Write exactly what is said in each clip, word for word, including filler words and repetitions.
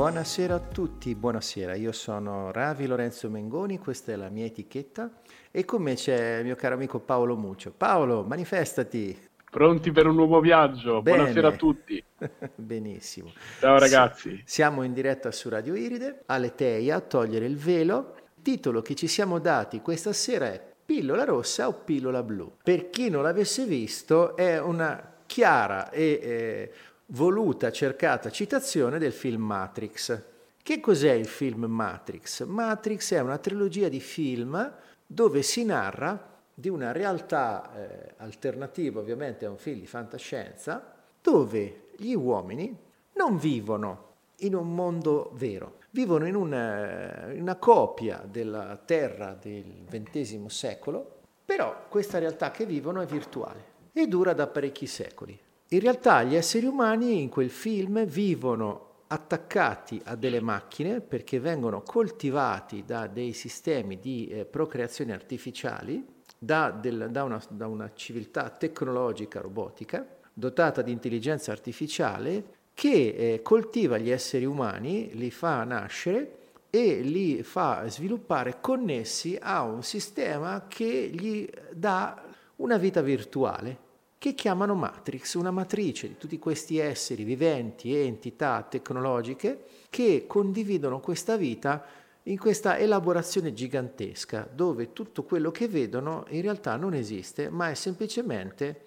Buonasera a tutti, buonasera, io sono Ravi Lorenzo Mengoni, questa è la mia etichetta e con me c'è il mio caro amico Paolo Muccio. Paolo, manifestati! Pronti per un nuovo viaggio? Buonasera a Bene, tutti. benissimo. Ciao Si- ragazzi. Siamo in diretta su Radio Iride, Aleteia, Togliere il velo. Il titolo che ci siamo dati questa sera è Pillola rossa o pillola blu? Per chi non l'avesse visto è una chiara e eh, voluta, cercata citazione del film Matrix. Che cos'è il film Matrix? Matrix è una trilogia di film dove si narra di una realtà eh, alternativa, ovviamente è un film di fantascienza, dove gli uomini non vivono in un mondo vero, vivono in una, in una copia della Terra del ventesimo secolo, però questa realtà che vivono è virtuale e dura da parecchi secoli. In realtà gli esseri umani in quel film vivono attaccati a delle macchine perché vengono coltivati da dei sistemi di eh, procreazione artificiali, da, del, da, una, da una civiltà tecnologica robotica dotata di intelligenza artificiale che eh, coltiva gli esseri umani, li fa nascere e li fa sviluppare connessi a un sistema che gli dà una vita virtuale, che chiamano Matrix, una matrice di tutti questi esseri viventi e entità tecnologiche che condividono questa vita in questa elaborazione gigantesca, dove tutto quello che vedono in realtà non esiste, ma è semplicemente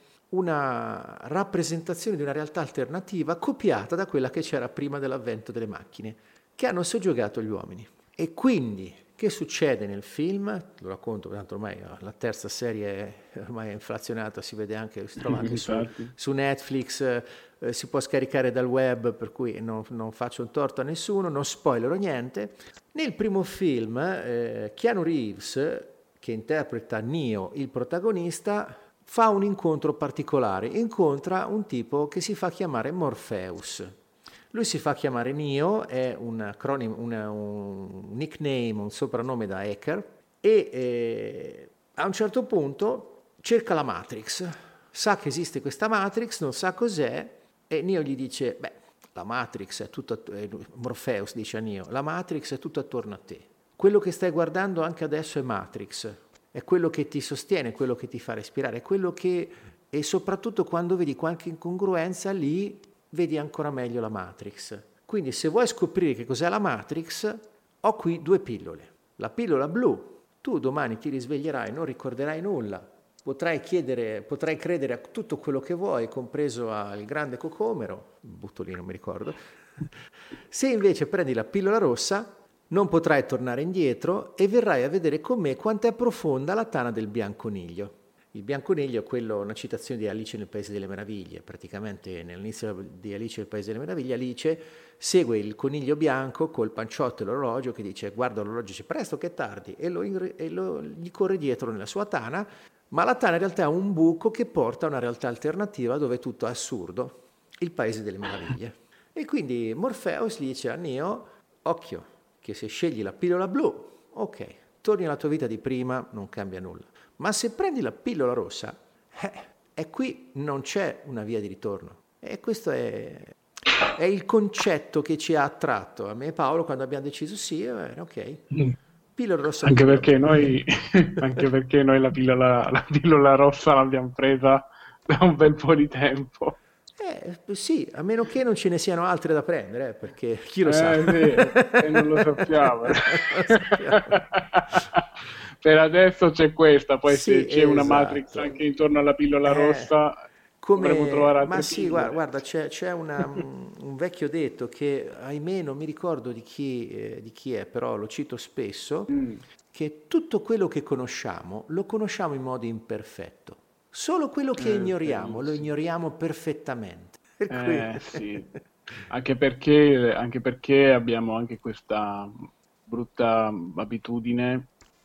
una rappresentazione di una realtà alternativa copiata da quella che c'era prima dell'avvento delle macchine, che hanno soggiogato gli uomini. E quindi, che succede nel film? Lo racconto, tanto ormai la terza serie è ormai è inflazionata, si vede anche, si trova anche su, Infatti. su Netflix, eh, si può scaricare dal web, per cui non, non faccio un torto a nessuno, non spoilerò niente. Nel primo film, eh, Keanu Reeves, che interpreta Neo, il protagonista, fa un incontro particolare, incontra un tipo che si fa chiamare Morpheus. Lui si fa chiamare Neo, è un, acronimo, una, un nickname, un soprannome da hacker, e eh, a un certo punto cerca la Matrix, sa che esiste questa Matrix, non sa cos'è, e Neo gli dice, beh, la Matrix è tutto, eh, Morpheus dice a Neo, la Matrix è tutto attorno a te. Quello che stai guardando anche adesso è Matrix, è quello che ti sostiene, quello che ti fa respirare, è quello che, e soprattutto quando vedi qualche incongruenza lì, vedi ancora meglio la Matrix. Quindi se vuoi scoprire che cos'è la Matrix, ho qui due pillole. La pillola blu, tu domani ti risveglierai, non ricorderai nulla, potrai chiedere, potrai credere a tutto quello che vuoi, compreso al grande cocomero, butto lì, non mi ricordo. Se invece prendi la pillola rossa, non potrai tornare indietro e verrai a vedere con me quanto è profonda la tana del bianconiglio. Il bianconiglio è quello, una citazione di Alice nel Paese delle Meraviglie. Praticamente nell'inizio di Alice nel Paese delle Meraviglie, Alice segue il coniglio bianco col panciotto e l'orologio che dice guarda l'orologio, dice presto che è tardi, e, lo, e lo, gli corre dietro nella sua tana, ma la tana in realtà è un buco che porta a una realtà alternativa dove tutto è assurdo, il Paese delle Meraviglie. E quindi Morpheus gli dice a Neo, occhio, che se scegli la pillola blu, ok, torni alla tua vita di prima, non cambia nulla. Ma se prendi la pillola rossa, eh, e qui non c'è una via di ritorno. E questo è, è il concetto che ci ha attratto a me e Paolo quando abbiamo deciso sì, eh, ok, Mm. pillola rossa, Anche pillola perché blu. noi, anche perché noi la pillola, la pillola rossa l'abbiamo presa da un bel po' di tempo. Eh, sì, a meno che non ce ne siano altre da prendere, eh, perché chi lo sa. Eh sì, e non lo sappiamo. Non lo sappiamo. Per adesso c'è questa, poi se Sì, c'è una Matrix esatto. anche intorno alla pillola Eh, rossa dovremo come, trovare ma altre sì, guarda, pillole. guarda, c'è, c'è una, mm, un vecchio detto che, ahimè, non mi ricordo di chi, eh, di chi è, però lo cito spesso, Mm. che tutto quello che conosciamo lo conosciamo in modo imperfetto. Solo quello che Eh, ignoriamo lo verissimo. ignoriamo perfettamente. Per cui... Eh sì, anche perché, anche perché abbiamo anche questa brutta abitudine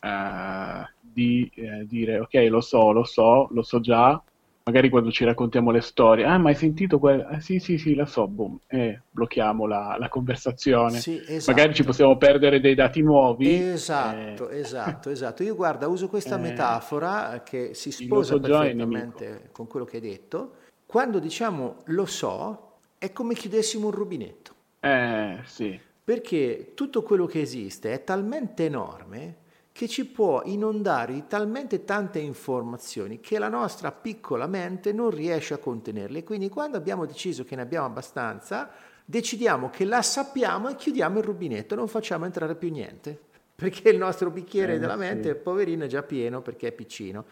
eh, di eh, dire ok, lo so, lo so, lo so già, magari quando ci raccontiamo le storie, ah, ma hai sentito quel... Ah, sì, sì, sì, la so, boom, e blocchiamo la, la conversazione. Sì, Magari ci esatto. possiamo perdere dei dati nuovi, eh, Esatto, esatto, esatto. Io guarda, uso questa eh, metafora che si il lo sposa so già è nemico. perfettamente con quello che hai detto. Quando diciamo lo so, è come chiudessimo un rubinetto. Eh sì, perché tutto quello che esiste è talmente enorme che ci può inondare di talmente tante informazioni che la nostra piccola mente non riesce a contenerle. Quindi quando abbiamo deciso che ne abbiamo abbastanza, decidiamo che la sappiamo e chiudiamo il rubinetto, non facciamo entrare più niente, perché il nostro bicchiere Eh, della sì. mente, poverino, è già pieno perché è piccino.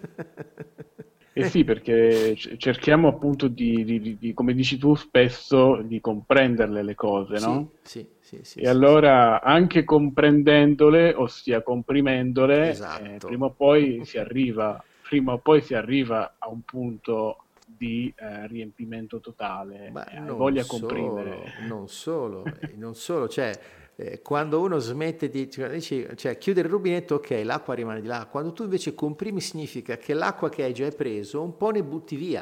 Eh sì, perché c- cerchiamo appunto di, di- di- di- come dici tu, spesso di comprenderle le cose, Sì, no? sì, sì, sì, E sì, sì. allora anche comprendendole, ossia comprimendole, eh, Esatto. prima o poi si arriva, prima o poi si arriva a un punto di eh, riempimento totale. Ma Eh, hai non voglia a comprimere. solo, non solo, eh, non solo, cioè eh, quando uno smette di, cioè, dici- cioè, chiudere il rubinetto, ok, l'acqua rimane di là, quando tu invece comprimi significa che l'acqua che hai già preso un po' ne butti via.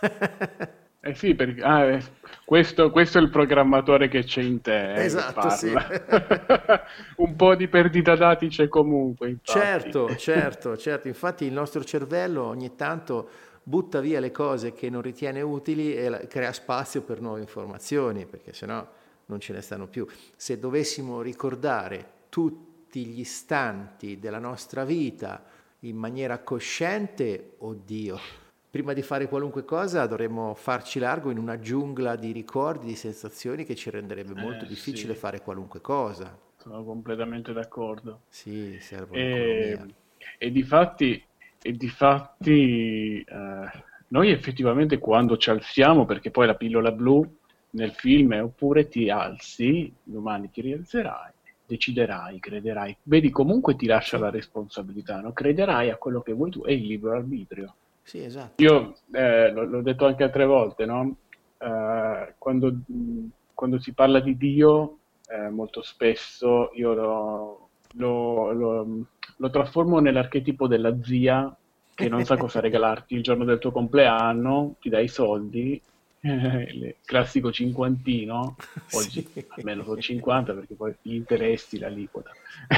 Eh sì, perché ah, eh, questo, questo è il programmatore che c'è in te, eh, che Esatto, sì. parla. Un po' di perdita dati c'è comunque, infatti. Certo, certo, certo, infatti il nostro cervello ogni tanto butta via le cose che non ritiene utili e la- crea spazio per nuove informazioni, perché sennò non ce ne stanno più. Se dovessimo ricordare tutti gli istanti della nostra vita in maniera cosciente, oddio, prima di fare qualunque cosa dovremmo farci largo in una giungla di ricordi, di sensazioni che ci renderebbe molto Eh difficile sì, fare qualunque cosa. sono completamente d'accordo. Sì, serve E, un'economia. e difatti, e difatti eh, noi effettivamente quando ci alziamo, perché poi la pillola blu nel film è oppure ti alzi, domani ti rialzerai, deciderai, crederai, vedi comunque ti lascia Sì, la responsabilità, no? Crederai a quello che vuoi tu, è il libero arbitrio. sì, esatto. Io eh, l'ho, l'ho detto anche altre volte, no? Eh, quando, mh, quando si parla di Dio, eh, molto spesso io lo, lo- lo- lo trasformo nell'archetipo della zia che non sa cosa regalarti il giorno del tuo compleanno, ti dai i soldi, eh, il classico cinquantino, Sì. oggi almeno sono cinquanta perché poi gli interessi, l'aliquota,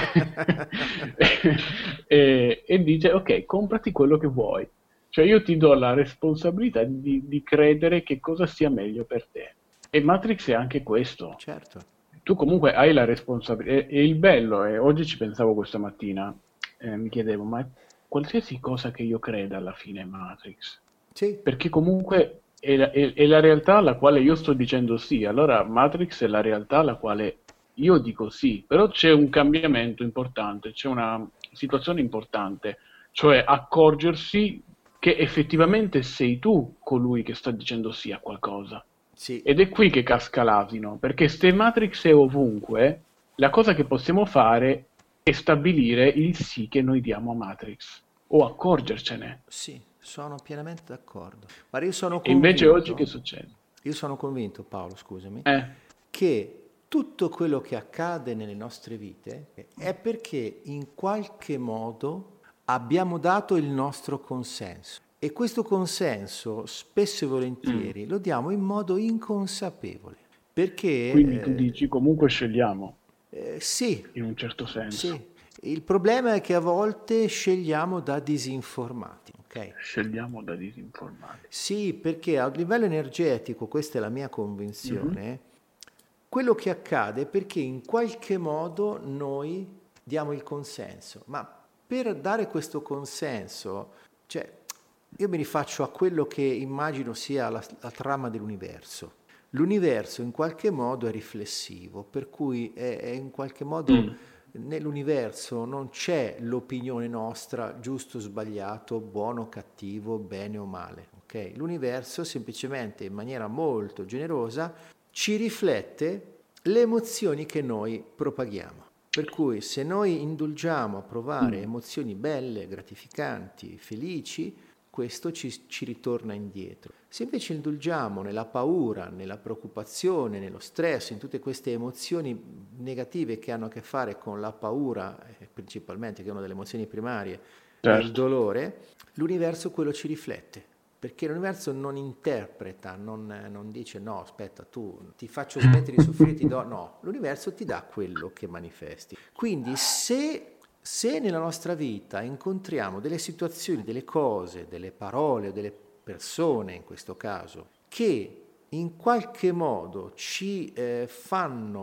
e, e dice ok, comprati quello che vuoi. Cioè io ti do la responsabilità di, di credere che cosa sia meglio per te. E Matrix è anche questo. Certo. Tu comunque hai la responsabilità. E, e il bello è, oggi ci pensavo questa mattina, eh, mi chiedevo, ma qualsiasi cosa che io creda alla fine è Matrix. Sì, Perché comunque è la, è- è la realtà alla quale io sto dicendo sì. Allora Matrix è la realtà alla quale io dico sì. Però c'è un cambiamento importante, c'è una situazione importante, cioè accorgersi che effettivamente sei tu colui che sta dicendo sì a qualcosa. sì, Ed è qui che casca l'asino, perché se Matrix è ovunque, la cosa che possiamo fare è stabilire il sì che noi diamo a Matrix, o accorgercene. sì, sono pienamente d'accordo. Guarda, io sono E invece oggi che convinto, succede? io sono convinto, Paolo, scusami, Eh, che tutto quello che accade nelle nostre vite è perché in qualche modo abbiamo dato il nostro consenso. E questo consenso, spesso e mm. volentieri, lo diamo in modo inconsapevole. Quindi tu Perché dici comunque scegliamo, eh, eh, sì, in un certo senso. sì, il problema è che a volte scegliamo da disinformati, ok? Scegliamo da disinformati. Sì, perché a livello energetico, questa è la mia Mhm. convinzione, quello che accade è perché in qualche modo noi diamo il consenso, ma per dare questo consenso, cioè io mi rifaccio a quello che immagino sia la, la trama dell'universo. L'universo in qualche modo è riflessivo, per cui è, è in qualche modo Mm. nell'universo non c'è l'opinione nostra, giusto o sbagliato, buono o cattivo, bene o male. Okay? L'universo semplicemente in maniera molto generosa ci riflette le emozioni che noi propaghiamo. Per cui se noi indulgiamo a provare Mm. emozioni belle, gratificanti, felici, questo ci, ci ritorna indietro. Se invece indulgiamo nella paura, nella preoccupazione, nello stress, in tutte queste emozioni negative che hanno a che fare con la paura, eh, principalmente che è una delle emozioni primarie, e il Certo. dolore, l'universo quello ci riflette. Perché l'universo non interpreta, non, non dice no, aspetta, tu ti faccio smettere di soffrire, ti do. No, l'universo ti dà quello che manifesti. Quindi se, se nella nostra vita incontriamo delle situazioni, delle cose, delle parole, delle persone in questo caso, che in qualche modo ci eh, fanno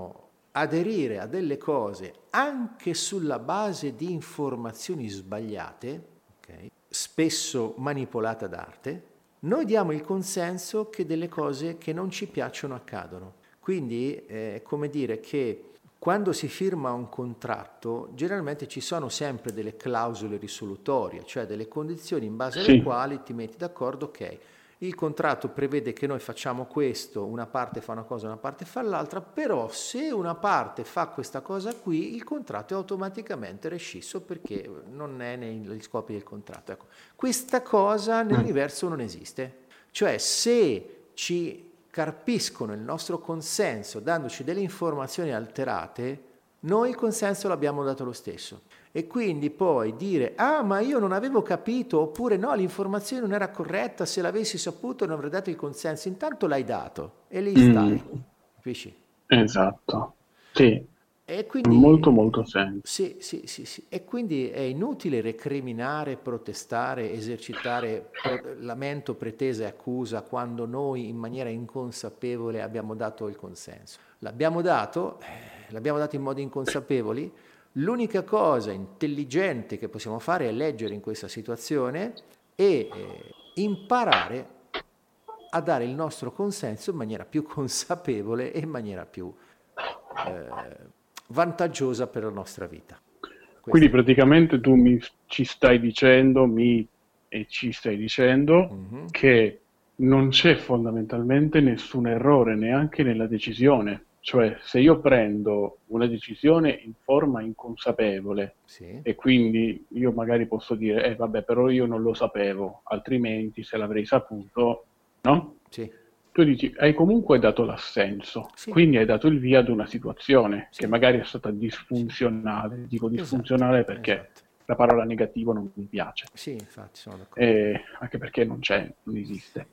aderire a delle cose anche sulla base di informazioni sbagliate, okay, spesso manipolate ad arte, noi diamo il consenso che delle cose che non ci piacciono accadano. Quindi è eh, come dire che quando si firma un contratto, generalmente ci sono sempre delle clausole risolutorie, cioè delle condizioni in base alle Sì. quali ti metti d'accordo, ok, il contratto prevede che noi facciamo questo, una parte fa una cosa, una parte fa l'altra, però se una parte fa questa cosa qui, il contratto è automaticamente rescisso perché non è negli scopi del contratto. Ecco, questa cosa nell'universo non esiste. Cioè se ci carpiscono il nostro consenso dandoci delle informazioni alterate, noi il consenso l'abbiamo dato lo stesso. E quindi poi dire, ah ma io non avevo capito, oppure no, l'informazione non era corretta, se l'avessi saputo non avrei dato il consenso, intanto l'hai dato e lì stai, Mm. capisci? Esatto, sì, E molto quindi, molto semplice. sì, sì, sì, sì. E quindi è inutile recriminare, protestare, esercitare pro- lamento, pretesa e accusa quando noi in maniera inconsapevole abbiamo dato il consenso. L'abbiamo dato, eh, l'abbiamo dato in modi inconsapevoli. L'unica cosa intelligente che possiamo fare è leggere in questa situazione e eh, imparare a dare il nostro consenso in maniera più consapevole e in maniera più eh, vantaggiosa per la nostra vita. Quindi Questo. praticamente tu mi, ci stai dicendo, mi e ci stai dicendo Mhm. che non c'è fondamentalmente nessun errore neanche nella decisione. Cioè, se io prendo una decisione in forma inconsapevole Sì, e quindi io magari posso dire, eh vabbè, però io non lo sapevo, altrimenti se l'avrei saputo, no? sì, Tu dici, hai comunque dato l'assenso, sì, quindi hai dato il via ad una situazione che sì, magari è stata sì. disfunzionale. Dico Esatto, disfunzionale perché esatto. la parola negativo non mi piace, Sì, infatti sono d'accordo. e anche perché non c'è, non esiste.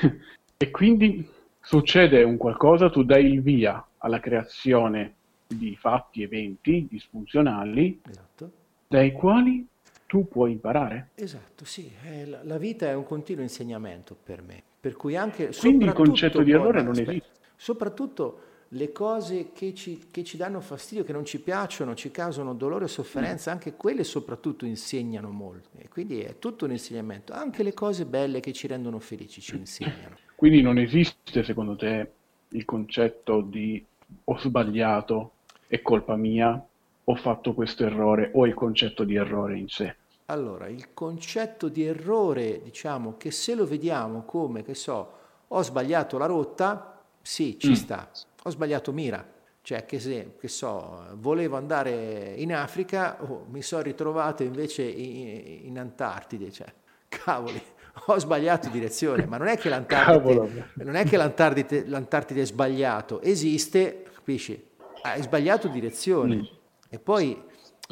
E quindi succede un qualcosa, tu dai il via alla creazione di fatti, eventi disfunzionali, Esatto. dai quali tu puoi imparare. Esatto, sì, eh, la, la vita è un continuo insegnamento per me, per cui anche, Quindi il concetto soprattutto di poi, errore ma non aspetta, esiste. soprattutto le cose che ci, che ci danno fastidio, che non ci piacciono, ci causano dolore e sofferenza, anche quelle soprattutto insegnano molto, e quindi è tutto un insegnamento, anche le cose belle che ci rendono felici ci insegnano. Quindi non esiste, secondo te, il concetto di ho sbagliato, è colpa mia, ho fatto questo errore, o il concetto di errore in sé. Allora, il concetto di errore, diciamo che se lo vediamo come, che so, ho sbagliato la rotta, sì, ci Mm. sta. Ho sbagliato mira, cioè che, se, che so, volevo andare in Africa, oh, mi sono ritrovato invece in, in Antartide, cioè, cavoli, ho sbagliato direzione, ma non è che l'Antartide, Cavolo. non è che l'Antartide, l'Antartide è sbagliato, esiste, capisci? Hai sbagliato direzione. Mm. E poi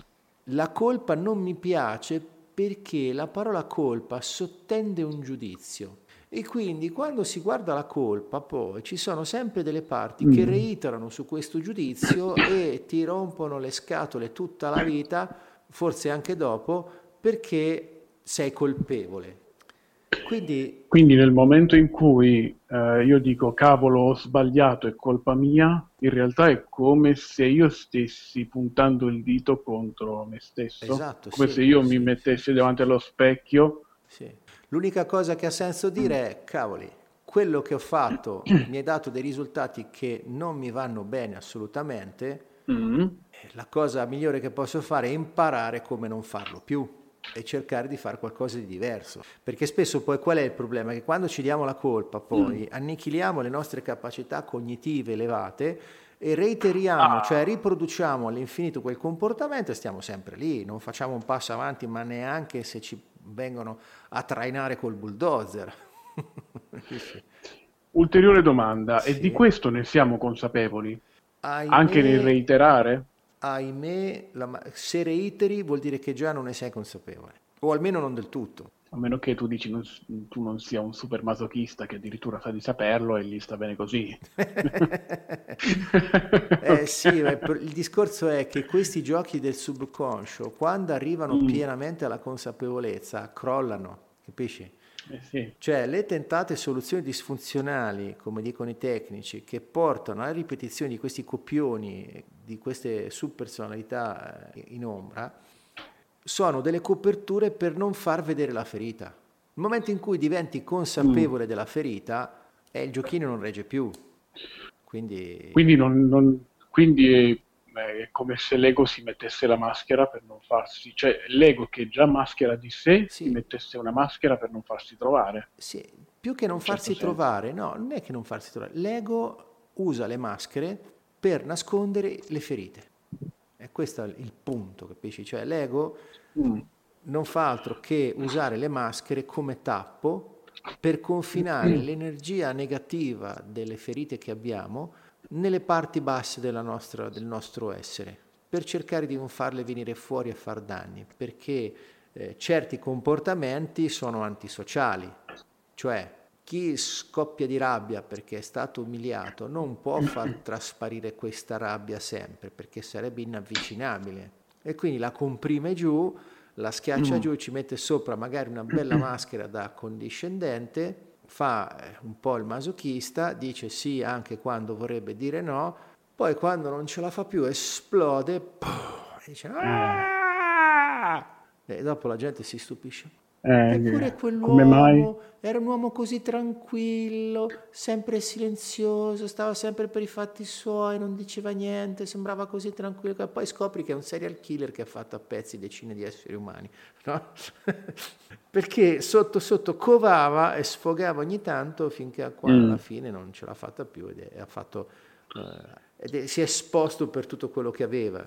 la colpa non mi piace perché la parola colpa sottende un giudizio e quindi quando si guarda la colpa poi ci sono sempre delle parti che Mm. reiterano su questo giudizio e ti rompono le scatole tutta la vita, forse anche dopo, perché sei colpevole. Quindi Quindi nel momento in cui eh, io dico cavolo ho sbagliato, è colpa mia, in realtà è come se io stessi puntando il dito contro me stesso, esatto, come se sì, io mi sì, sì, mettessi sì, davanti allo specchio. sì. L'unica cosa che ha senso dire è, cavoli, quello che ho fatto mi ha dato dei risultati che non mi vanno bene assolutamente, Mm. e la cosa migliore che posso fare è imparare come non farlo più e cercare di fare qualcosa di diverso. Perché spesso poi qual è il problema? Che quando ci diamo la colpa poi annichiliamo le nostre capacità cognitive elevate e reiteriamo, cioè Ah, riproduciamo all'infinito quel comportamento e stiamo sempre lì, non facciamo un passo avanti, ma neanche se ci vengono a trainare col bulldozer. Capisci? ulteriore domanda, e di Sì. questo ne siamo consapevoli? Anche nel Ahimè, reiterare? ahimè, la ma- se reiteri vuol dire che già non ne sei consapevole, o almeno non del tutto. A meno che tu dici non, s- tu non sia un super masochista che addirittura sa di saperlo e gli sta bene così. Eh Ok. sì, ma il il discorso è che questi giochi del subconscio, quando arrivano Mm. pienamente alla consapevolezza, crollano, capisci? Eh sì. Cioè, le tentate soluzioni disfunzionali, come dicono i tecnici, che portano alla ripetizione di questi copioni, di queste subpersonalità eh, in ombra, sono delle coperture per non far vedere la ferita. Nel momento in cui diventi Mm. consapevole della ferita, eh, il giochino non regge più. Quindi, Quindi, non, non- quindi è, è come se l'ego si mettesse la maschera per non farsi, cioè l'ego che già maschera di sé si sì, mettesse una maschera per non farsi trovare, sì, più che in non un certo farsi senso. trovare, no, non è che non farsi trovare, l'ego usa le maschere per nascondere le ferite. E questo è il punto, capisci? Cioè l'ego Mm. non fa altro che usare le maschere come tappo per confinare l'energia negativa delle ferite che abbiamo nelle parti basse della nostra- del nostro essere, per cercare di non farle venire fuori e far danni, perché eh, certi comportamenti sono antisociali, cioè chi scoppia di rabbia perché è stato umiliato non può far trasparire questa rabbia sempre, perché sarebbe inavvicinabile e quindi la comprime giù, la schiaccia Mm. giù, ci mette sopra magari una bella maschera da condiscendente, fa eh, un po' il masochista, dice sì anche quando vorrebbe dire no, poi quando non ce la fa più esplode, puh, e dice Eh, "Ah!" E dopo la gente si stupisce. Eppure eh, come mai? quell'uomo era un uomo così tranquillo, sempre silenzioso, stava sempre per i fatti suoi, non diceva niente, sembrava così tranquillo. E poi scopri che è un serial killer che ha fatto a pezzi decine di esseri umani, no? Perché sotto sotto covava e sfogava ogni tanto finché a- qua- alla Mm. fine non ce l'ha fatta più ed è- ha fatto, eh, ed è- si è esposto per tutto quello che aveva.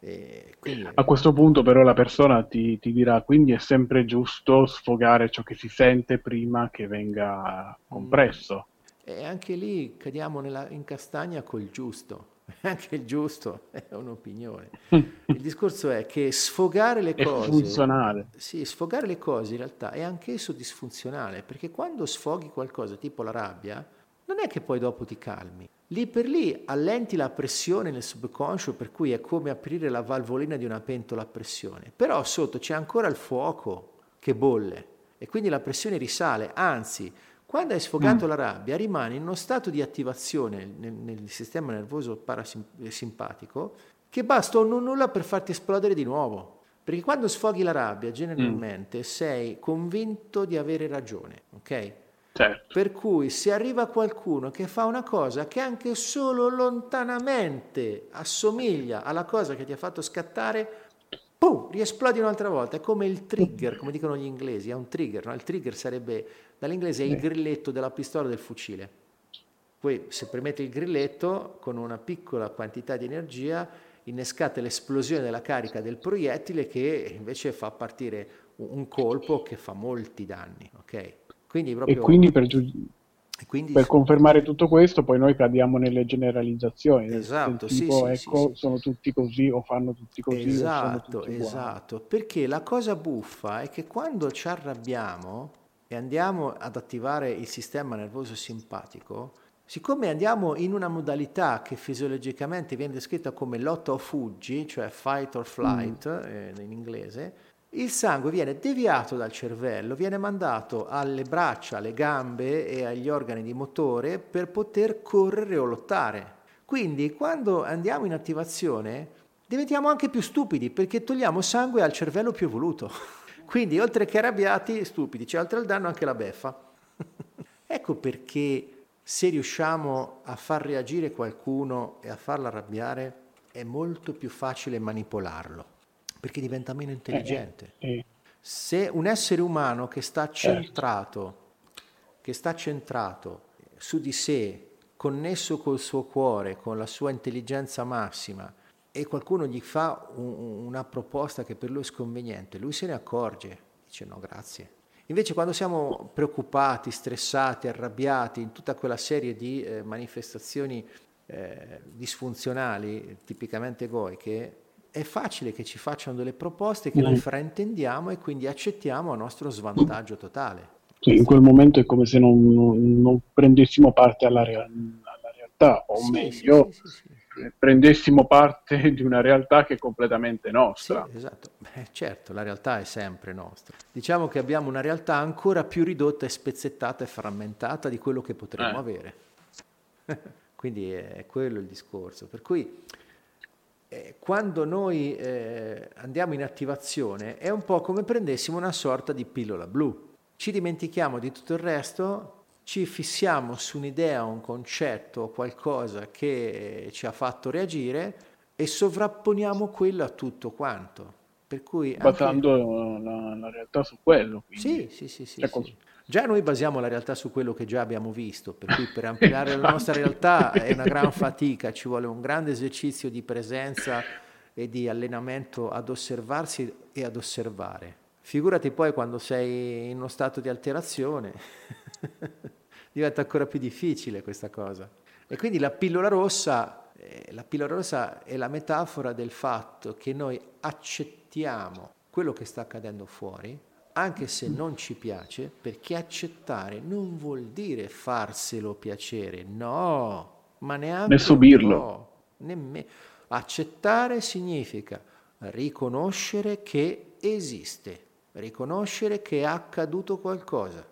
E quindi A questo punto però la persona ti, ti dirà, quindi è sempre giusto sfogare ciò che si sente prima che venga mm, compresso. e anche lì cadiamo nella- in castagna col giusto. Anche il giusto è un'opinione. Il discorso è che sfogare le È cose, funzionale. sì, sfogare le cose in realtà è anch'esso disfunzionale, perché quando sfoghi qualcosa tipo la rabbia, non è che poi dopo ti calmi. Lì per lì allenti la pressione nel subconscio, per cui è come aprire la valvolina di una pentola a pressione. Però sotto c'è ancora il fuoco che bolle e quindi la pressione risale, anzi, quando hai sfogato Mm. la rabbia rimani in uno stato di attivazione nel, nel sistema nervoso parasimpatico che basta un nulla per farti esplodere di nuovo. Perché quando sfoghi la rabbia, Mm. generalmente sei convinto di avere ragione, ok? Certo. Per cui se arriva qualcuno che fa una cosa che anche solo lontanamente assomiglia alla cosa che ti ha fatto scattare, pum, riesplodi un'altra volta. È come il trigger, come dicono gli inglesi, è un trigger, no? Il trigger sarebbe, dall'inglese è il Eh, grilletto della pistola o del fucile. Poi se premete il grilletto, con una piccola quantità di energia, innescate l'esplosione della carica del proiettile che invece fa partire un colpo che fa molti danni, ok? Quindi E proprio... quindi per, giu- Quindi, per confermare tutto questo, poi noi cadiamo nelle generalizzazioni del, del esatto, sì, tipo, sì, sì, ecco, sì. sono tutti così, o fanno tutti così, o sono Esatto, tutti uguali. esatto, perché la cosa buffa è che quando ci arrabbiamo e andiamo ad attivare il sistema nervoso simpatico, siccome andiamo in una modalità che fisiologicamente viene descritta come lotta o fuggi, cioè fight or Mm. flight eh, in inglese, il sangue viene deviato dal cervello, viene mandato alle braccia, alle gambe e agli organi di motore per poter correre o lottare. Quindi quando andiamo in attivazione diventiamo anche più stupidi perché togliamo sangue al cervello più evoluto. Quindi oltre che arrabbiati, stupidi, c'è oltre al danno anche la beffa. Ecco perché se riusciamo a far reagire qualcuno e a farlo arrabbiare è molto più facile manipolarlo, perché diventa meno Eh, eh, intelligente. eh, Se un essere umano che sta certo. centrato, che sta centrato su di sé, connesso col suo cuore, con la sua intelligenza massima, e qualcuno gli fa un- una proposta che per lui è sconveniente, lui se ne accorge, dice no, grazie. Invece quando siamo preoccupati, stressati, arrabbiati, in tutta quella serie di eh, manifestazioni eh, disfunzionali, tipicamente egoiche, è facile che ci facciano delle proposte che noi Mm. fraintendiamo e quindi accettiamo a nostro svantaggio totale. Sì, in quel momento è come se non, non- non prendessimo parte alla, rea- alla realtà, o Sì, sì, sì, meglio, sì, sì. prendessimo parte di una realtà che è completamente nostra. Sì, esatto. Beh, certo, la realtà è sempre nostra. Diciamo che abbiamo una realtà ancora più ridotta e spezzettata e frammentata di quello che potremmo Eh. avere. Quindi è quello il discorso. Per cui eh, quando noi eh, andiamo in attivazione è un po' come prendessimo una sorta di pillola blu. Ci dimentichiamo di tutto il resto, ci fissiamo su un'idea, un concetto, qualcosa che ci ha fatto reagire e sovrapponiamo quello a tutto quanto. Per cui anche... Basando la, la realtà su quello, quindi. Sì, sì, sì, sì, Cioè, cons- sì. Già noi basiamo la realtà su quello che già abbiamo visto, per cui per ampliare la nostra Infatti. realtà è una gran fatica, ci vuole un grande esercizio di presenza e di allenamento ad osservarsi e ad osservare. Figurati poi quando sei in uno stato di alterazione, diventa ancora più difficile questa cosa. E quindi la pillola rossa, eh, la pillola rossa è la metafora del fatto che noi accettiamo quello che sta accadendo fuori, anche se non ci piace, perché accettare non vuol dire farselo piacere, no, ma Né neanche un subirlo. po'. Nemme- Accettare significa riconoscere che esiste, riconoscere che è accaduto qualcosa.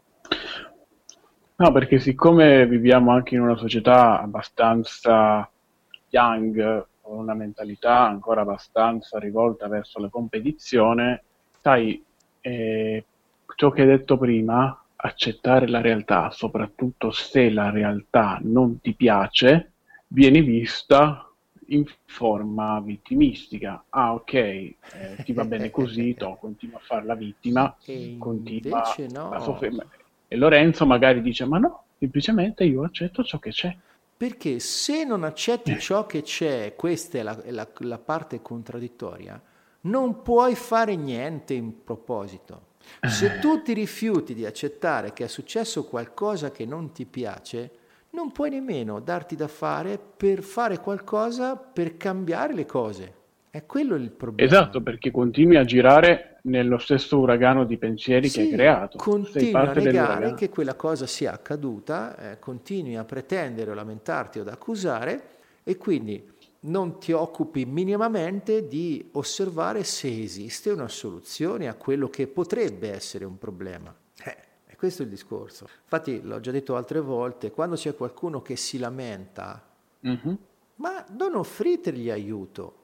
No, perché siccome viviamo anche in una società abbastanza young, con una mentalità ancora abbastanza rivolta verso la competizione, sai, eh, ciò che hai detto prima, accettare la realtà, soprattutto se la realtà non ti piace, viene vista in forma vittimistica. Ah, ok, eh, ti va bene così, to, continua a fare la vittima, E continua invece a no. soffrire. E Lorenzo magari dice, ma no, semplicemente io accetto ciò che c'è. Perché se non accetti ciò che c'è, questa è la, è la- la parte contraddittoria, non puoi fare niente in proposito. Se tu ti rifiuti di accettare che è successo qualcosa che non ti piace, non puoi nemmeno darti da fare per fare qualcosa per cambiare le cose. È quello il problema. Esatto, perché continui a girare nello stesso uragano di pensieri che hai Sì, creato. Sei continui a parte negare dell'uragano. che quella cosa sia accaduta, eh, continui a pretendere o lamentarti o ad accusare e quindi non ti occupi minimamente di osservare se esiste una soluzione a quello che potrebbe essere un problema. Eh, e questo è il discorso. Infatti, l'ho già detto altre volte, quando c'è qualcuno che si lamenta, Mhm. ma non offritegli aiuto,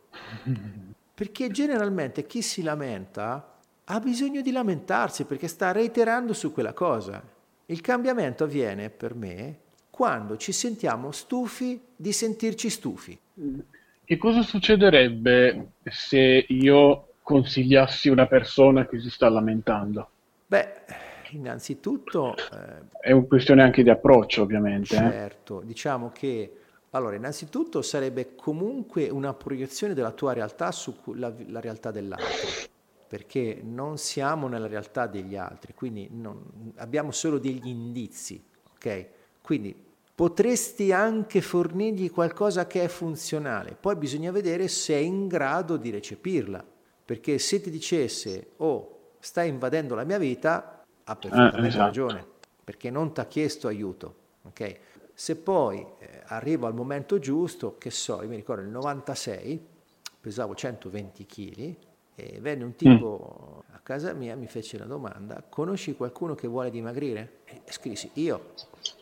perché generalmente chi si lamenta ha bisogno di lamentarsi perché sta reiterando su quella cosa. Il cambiamento avviene per me quando ci sentiamo stufi di sentirci stufi. Che cosa succederebbe se io consigliassi una persona che si sta lamentando? Beh, innanzitutto, eh, È una questione anche di approccio, ovviamente. Eh. certo, diciamo che allora, innanzitutto sarebbe comunque una proiezione della tua realtà sulla la realtà dell'altro, perché non siamo nella realtà degli altri, quindi non- abbiamo solo degli indizi, ok? Quindi potresti anche fornirgli qualcosa che è funzionale, poi bisogna vedere se è in grado di recepirla, perché se ti dicesse, oh, stai invadendo la mia vita, ha Eh, perfettamente esatto. ragione, perché non ti ha chiesto aiuto, ok? Se poi eh, arrivo al momento giusto, che so, io mi ricordo nel novantasei, pesavo centoventi chili e venne un Mm. tipo a casa mia, mi fece la domanda, conosci qualcuno che vuole dimagrire? E scrissi, io.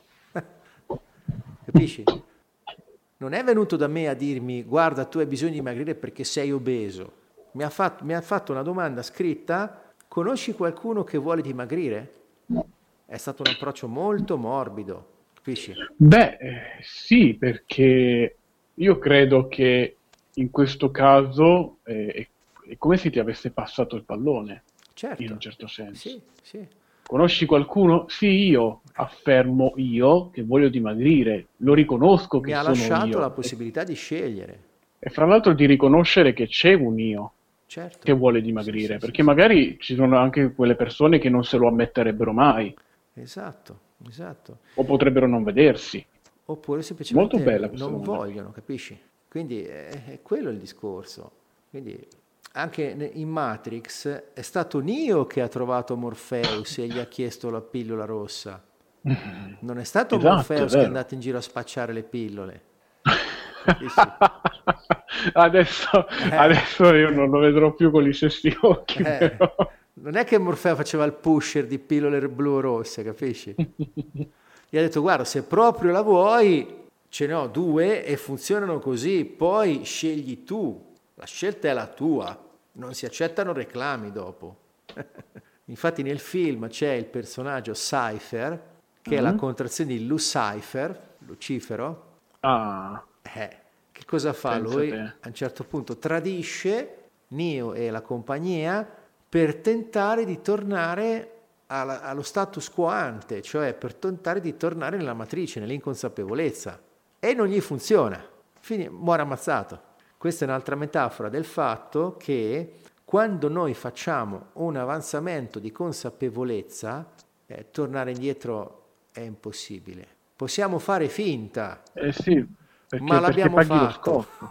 Capisci? Non è venuto da me a dirmi, guarda, tu hai bisogno di dimagrire perché sei obeso. Mi ha fatto, mi ha fatto una domanda scritta, conosci qualcuno che vuole dimagrire? È stato un approccio molto morbido, capisci? Beh, eh, sì, perché io credo che in questo caso eh, è, è come se ti avesse passato il pallone, in un Certo, certo senso. sì, sì. Conosci qualcuno? Sì, io, affermo io che voglio dimagrire, lo riconosco Mi che ha sono lasciato la io. E, possibilità di scegliere. e fra l'altro di riconoscere che c'è un io che Certo, vuole sì, sì, dimagrire, sì, perché sì. magari ci sono anche quelle persone che non se lo ammetterebbero mai, Esatto, esatto. o potrebbero non vedersi. Oppure Molto semplicemente bella questa non domanda. vogliono, capisci? Quindi è, è quello il discorso. Quindi anche ne- in Matrix è stato Neo che ha trovato Morpheus e gli ha chiesto la pillola rossa. Non è stato Esatto, è Morpheus che è vero. andato in giro a spacciare le pillole. capisci? Adesso, Eh, adesso io non lo vedrò più con gli stessi occhi, eh, però. non è che Morfeo faceva il pusher di pillole blu o rosse, capisci? Gli ha detto, guarda, se proprio la vuoi, ce ne ho due e funzionano così, poi scegli tu, la scelta è la tua, non si accettano reclami dopo. Infatti nel film c'è il personaggio Cypher, che è la Mm. contrazione di Lucifer, Lucifero. Ah, Eh, che cosa fa pensa lui? te. A un certo punto tradisce Neo e la compagnia per tentare di tornare alla- allo status quo ante, cioè per tentare di tornare nella matrice, nell'inconsapevolezza. E non gli funziona. Fini- muore ammazzato. Questa è un'altra metafora del fatto che quando noi facciamo un avanzamento di consapevolezza, eh, tornare indietro è impossibile. Possiamo fare finta, Eh sì, ma perché, perché l'abbiamo paghi lo fatto. scotto.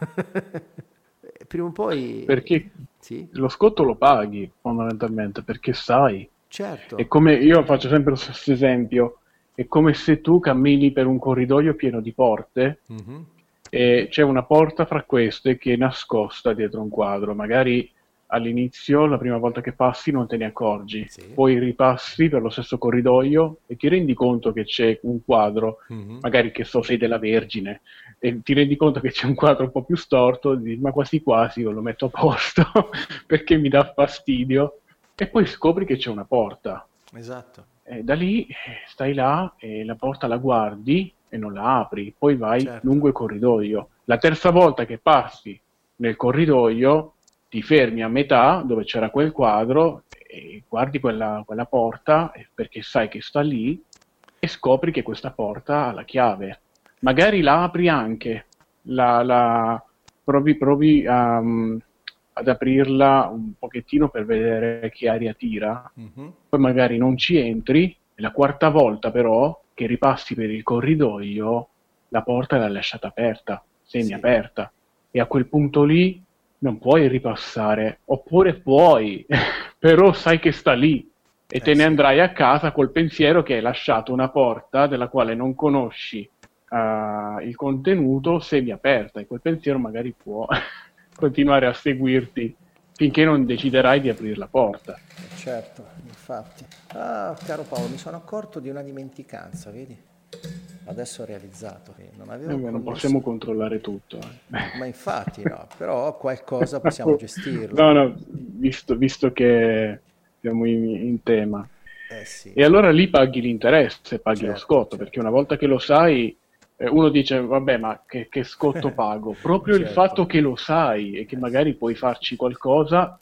Prima o poi, Perché sì, lo scotto lo paghi fondamentalmente, perché sai. È certo. come, io faccio sempre lo stesso esempio, è come se tu cammini per un corridoio pieno di porte Mhm. e c'è una porta fra queste che è nascosta dietro un quadro. Magari all'inizio, la prima volta che passi, non te ne accorgi. Sì. Poi ripassi per lo stesso corridoio e ti rendi conto che c'è un quadro, Mhm. magari che so, sei della Vergine, e ti rendi conto che c'è un quadro un po' più storto, e dici, ma quasi quasi io lo metto a posto perché mi dà fastidio. E poi scopri che c'è una porta. Esatto, E da lì eh, stai là e la porta la guardi e non la apri, poi vai certo. lungo il corridoio. La terza volta che passi nel corridoio ti fermi a metà dove c'era quel quadro e guardi quella, quella porta eh, perché sai che sta lì e scopri che questa porta ha la chiave. Magari la apri anche, la, la- provi, provi a, mm, ad aprirla un pochettino per vedere che aria tira, Mhm. poi magari non ci entri, e la quarta volta però che ripassi per il corridoio, la porta l'hai lasciata aperta, Sì, semi-aperta, e a quel punto lì non puoi ripassare, oppure puoi, però sai che sta lì e eh te ne sì. andrai a casa col pensiero che hai lasciato una porta della quale non conosci eh, il contenuto semi-aperta e quel pensiero magari può continuare a seguirti finché non deciderai di aprire la porta. Certo, infatti. Ah, caro Paolo, mi sono accorto di una dimenticanza, vedi? Adesso ho realizzato che non Eh avevo beh, non connesso. possiamo controllare tutto. eh. Ma infatti no, però qualcosa possiamo gestirlo. No, no, visto, visto che siamo in, in tema. Eh sì, E allora lì paghi l'interesse, paghi lo certo, scotto, perché certo. una volta che lo sai, eh, uno dice, vabbè, ma che, che scotto pago? Proprio il Certo. fatto che lo sai e che Eh sì. magari puoi farci qualcosa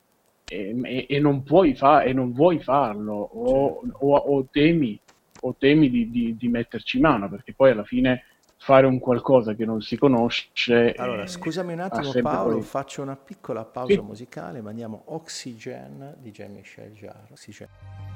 e, e- e non puoi fa- e non vuoi farlo, o, Certo. o- o temi, o temi di, di- di metterci mano, perché poi alla fine fare un qualcosa che non si conosce Allora, eh, scusami un ha attimo sempre Paolo, poi... faccio una piccola pausa Sì, musicale, mandiamo Oxygen di Jean-Michel Jarre. Oxygen.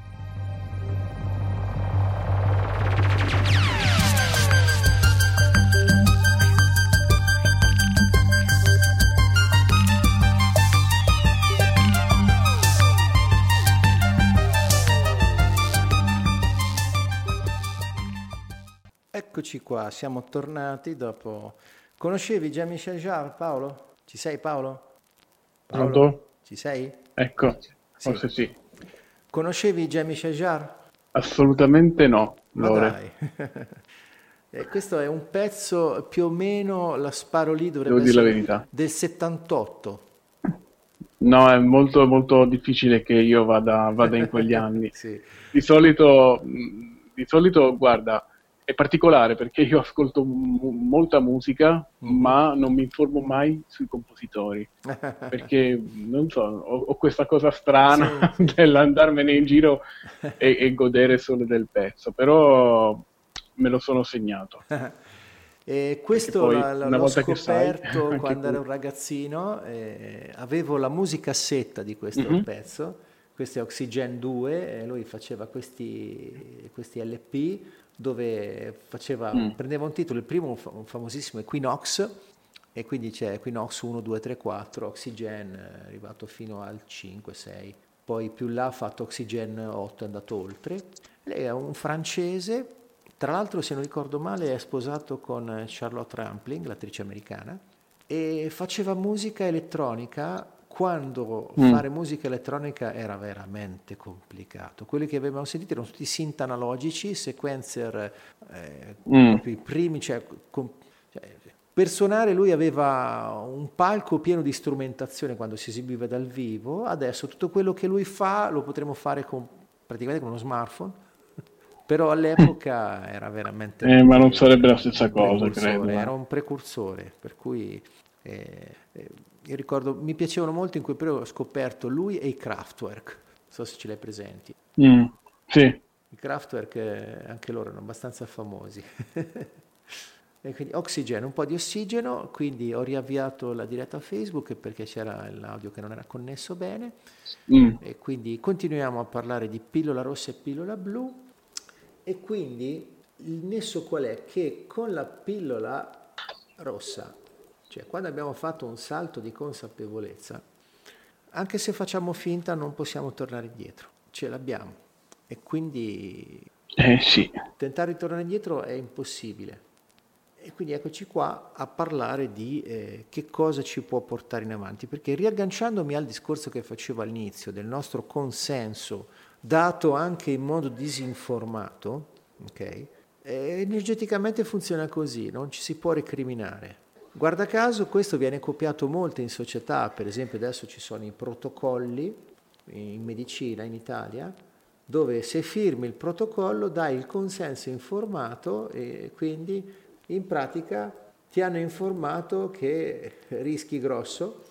Eccoci qua, siamo tornati dopo... Conoscevi Jean-Michel Jarre, Paolo? Ci sei Paolo? Paolo? pronto? Ci sei? Ecco, Sì. forse sì. Conoscevi Jean-Michel Jarre? Assolutamente no, Ma Lore. dai. Eh, questo è un pezzo più o meno, la sparo lì, Devo dovrebbe dire la essere verità. del settantotto. No, è molto, molto difficile che io vada, vada in quegli anni. Sì. Di solito, mh, di solito, guarda, è particolare perché io ascolto mu- molta musica, Mhm. ma non mi informo mai sui compositori. Perché, non so, ho, ho questa cosa strana Sì, sì, sì, sì. dell'andarmene in giro e, e godere solo del pezzo, però me lo sono segnato, E perché questo poi la- la- una l'ho volta che sai, scoperto anche quando ero tu. un ragazzino, eh, avevo la musicassetta di questo Mhm, pezzo, questo è Oxygen due, e lui faceva questi, questi L P dove faceva, mm. prendeva un titolo, il primo un fa- un famosissimo Equinox, e quindi c'è Equinox uno, due, tre, quattro, Oxygen è arrivato fino al cinque, sei, poi più là ha fatto Oxygen otto, è andato oltre. Lei è un francese Tra l'altro, se non ricordo male, è sposato con Charlotte Rampling, l'attrice americana, e faceva musica elettronica quando Mm. fare musica elettronica era veramente complicato. Quelli che avevamo sentito erano tutti synth analogici, sequencer, eh, Mm. proprio i primi, cioè, com- cioè, per suonare lui aveva un palco pieno di strumentazione quando si esibiva dal vivo. Adesso tutto quello che lui fa lo potremo fare con, praticamente con uno smartphone, però all'epoca era veramente Eh, ma non anche sarebbe la stessa un cosa, credo. precursore, eh. era un precursore, per cui eh, eh, io ricordo, mi piacevano molto, in quel periodo ho scoperto lui e i Kraftwerk, non so se ce l'hai presenti. Mm. Sì. I Kraftwerk eh, anche loro erano abbastanza famosi. E quindi Oxygen, un po' di ossigeno, quindi ho riavviato la diretta Facebook perché c'era l'audio che non era connesso bene, Mm. e quindi continuiamo a parlare di pillola rossa e pillola blu. E quindi il nesso qual è? Che con la pillola rossa, cioè quando abbiamo fatto un salto di consapevolezza, anche se facciamo finta non possiamo tornare indietro, ce l'abbiamo, e quindi Eh sì. tentare di tornare indietro è impossibile. E quindi eccoci qua a parlare di eh, che cosa ci può portare in avanti, perché riagganciandomi al discorso che facevo all'inizio del nostro consenso dato anche in modo disinformato, ok? Eh, energeticamente funziona così, non ci si può recriminare. Guarda caso questo viene copiato molto in società, per esempio adesso ci sono i protocolli in medicina in Italia, dove se firmi il protocollo dai il consenso informato, e quindi in pratica ti hanno informato che rischi grosso,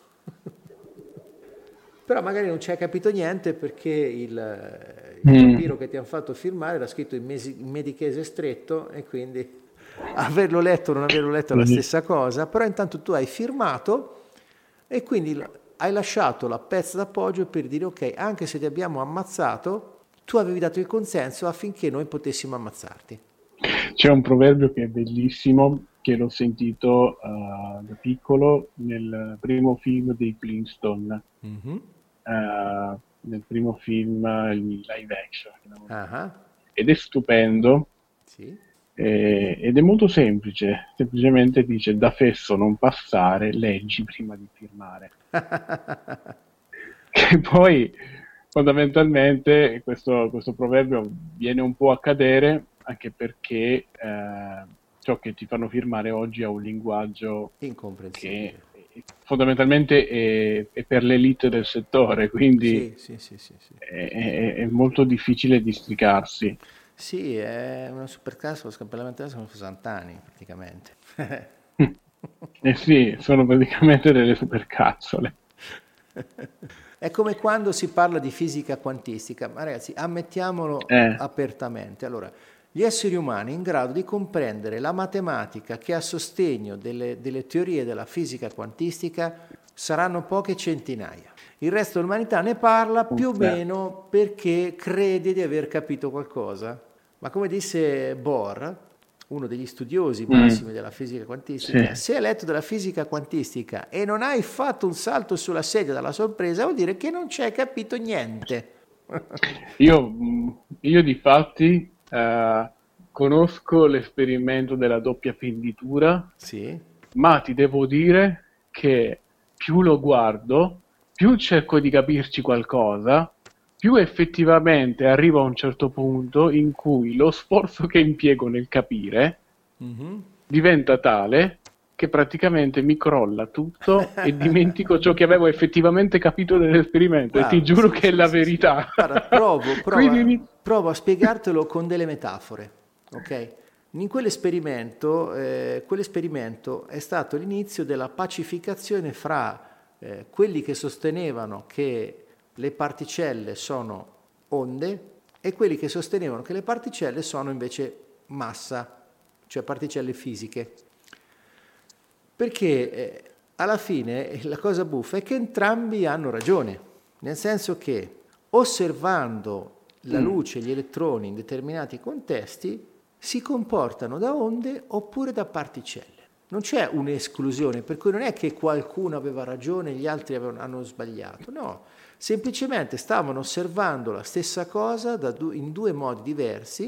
però magari non ci hai capito niente perché il, il Mm. papiro che ti hanno fatto firmare era scritto in, mesi- in medichese stretto, e quindi averlo letto o non averlo letto è la Quindi, stessa cosa, però intanto tu hai firmato e quindi l- hai lasciato la pezza d'appoggio per dire ok, anche se ti abbiamo ammazzato, tu avevi dato il consenso affinché noi potessimo ammazzarti. c'è un proverbio che è bellissimo, che l'ho sentito eh, da piccolo nel primo film dei Flintstone, Mhm. eh, nel primo film il live action, chiamiamolo Ah, così. ah, Ed è stupendo, sì. eh, ed è molto semplice, semplicemente dice: da fesso non passare, leggi prima di firmare. Che poi fondamentalmente questo, questo proverbio viene un po' a cadere anche perché eh, ciò che ti fanno firmare oggi ha un linguaggio che Incomprensibile. è- fondamentalmente è, è per l'elite del settore, quindi Sì, sì, sì, sì, sì. è, è- è molto difficile districarsi. Sì, è una superclasse, lo scappellamento adesso sono sessanta anni praticamente. Eh sì, sono praticamente delle supercazzole. È come quando si parla di fisica quantistica, ma ragazzi, ammettiamolo Eh, apertamente. Allora, gli esseri umani in grado di comprendere la matematica che a sostegno delle, delle teorie della fisica quantistica saranno poche centinaia. Il resto dell'umanità ne parla più o eh, meno perché crede di aver capito qualcosa. Ma come disse Bohr, uno degli studiosi mm, massimi della fisica sì. quantistica, se hai letto della fisica quantistica e non hai fatto un salto sulla sedia dalla sorpresa, vuol dire che non ci hai capito niente. Io, mh, io di fatti eh, conosco l'esperimento della doppia fenditura, Sì? ma ti devo dire che più lo guardo, più cerco di capirci qualcosa, più effettivamente arrivo a un certo punto in cui lo sforzo che impiego nel capire Mhm. diventa tale che praticamente mi crolla tutto e dimentico ciò che avevo effettivamente capito dell'esperimento, e ti Guarda, giuro sì, che è sì, la sì, sì. verità. Guarda, provo, Quindi prova, mi- provo a spiegartelo con delle metafore, ok? In quell'esperimento, eh, quell'esperimento è stato l'inizio della pacificazione fra eh, quelli che sostenevano che le particelle sono onde e quelli che sostenevano che le particelle sono invece massa, cioè particelle fisiche. Perché eh, alla fine eh, la cosa buffa è che entrambi hanno ragione, nel senso che osservando la Mm. luce e gli elettroni in determinati contesti si comportano da onde oppure da particelle. Non c'è un'esclusione, per cui non è che qualcuno aveva ragione e gli altri avevano, hanno sbagliato, no, semplicemente stavano osservando la stessa cosa da du- in due modi diversi,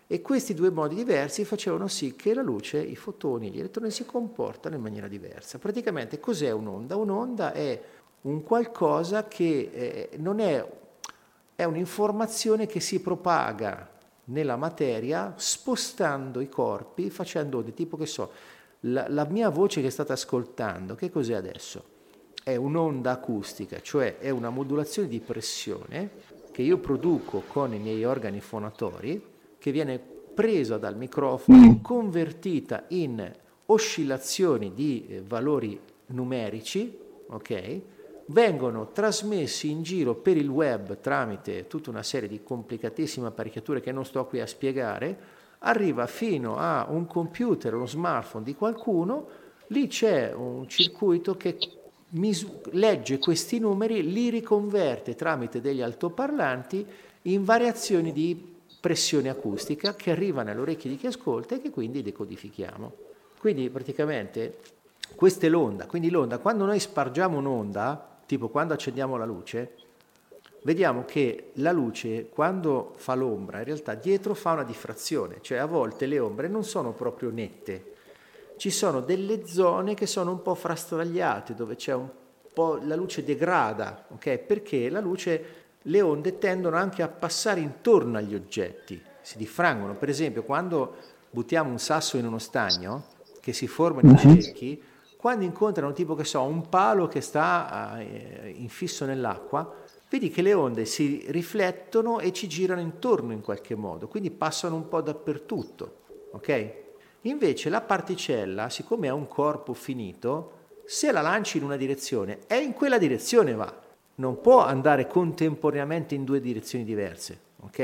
E questi due modi diversi facevano sì che la luce, i fotoni, gli elettroni si comportano in maniera diversa. Praticamente cos'è un'onda? Un'onda è un qualcosa che eh, non è, è un'informazione che si propaga nella materia spostando i corpi, facendo onde, tipo che so, la, la mia voce che state ascoltando, che cos'è adesso? È un'onda acustica, cioè è una modulazione di pressione che io produco con i miei organi fonatori, che viene presa dal microfono, convertita in oscillazioni di eh, valori numerici, ok? Vengono trasmessi in giro per il web tramite tutta una serie di complicatissime apparecchiature che non sto qui a spiegare, arriva fino a un computer, uno smartphone di qualcuno, lì c'è un circuito che mis- legge questi numeri, li riconverte tramite degli altoparlanti in variazioni di pressione acustica che arrivano alle orecchie di chi ascolta e che quindi decodifichiamo. Quindi praticamente questa è l'onda. Quindi l'onda, quando noi spargiamo un'onda, tipo quando accendiamo la luce, vediamo che la luce quando fa l'ombra in realtà dietro fa una diffrazione, cioè a volte le ombre non sono proprio nette, ci sono delle zone che sono un po' frastagliate, dove c'è un po' la luce degrada, ok? Perché la luce, le onde tendono anche a passare intorno agli oggetti, si diffrangono. Per esempio, quando buttiamo un sasso in uno stagno, che si formano i cerchi, quando incontrano tipo che so, un palo che sta eh, infisso nell'acqua, vedi che le onde si riflettono e ci girano intorno in qualche modo, quindi passano un po' dappertutto, ok? Invece la particella, siccome è un corpo finito, se la lanci in una direzione, è in quella direzione va. Non può andare contemporaneamente in due direzioni diverse, ok?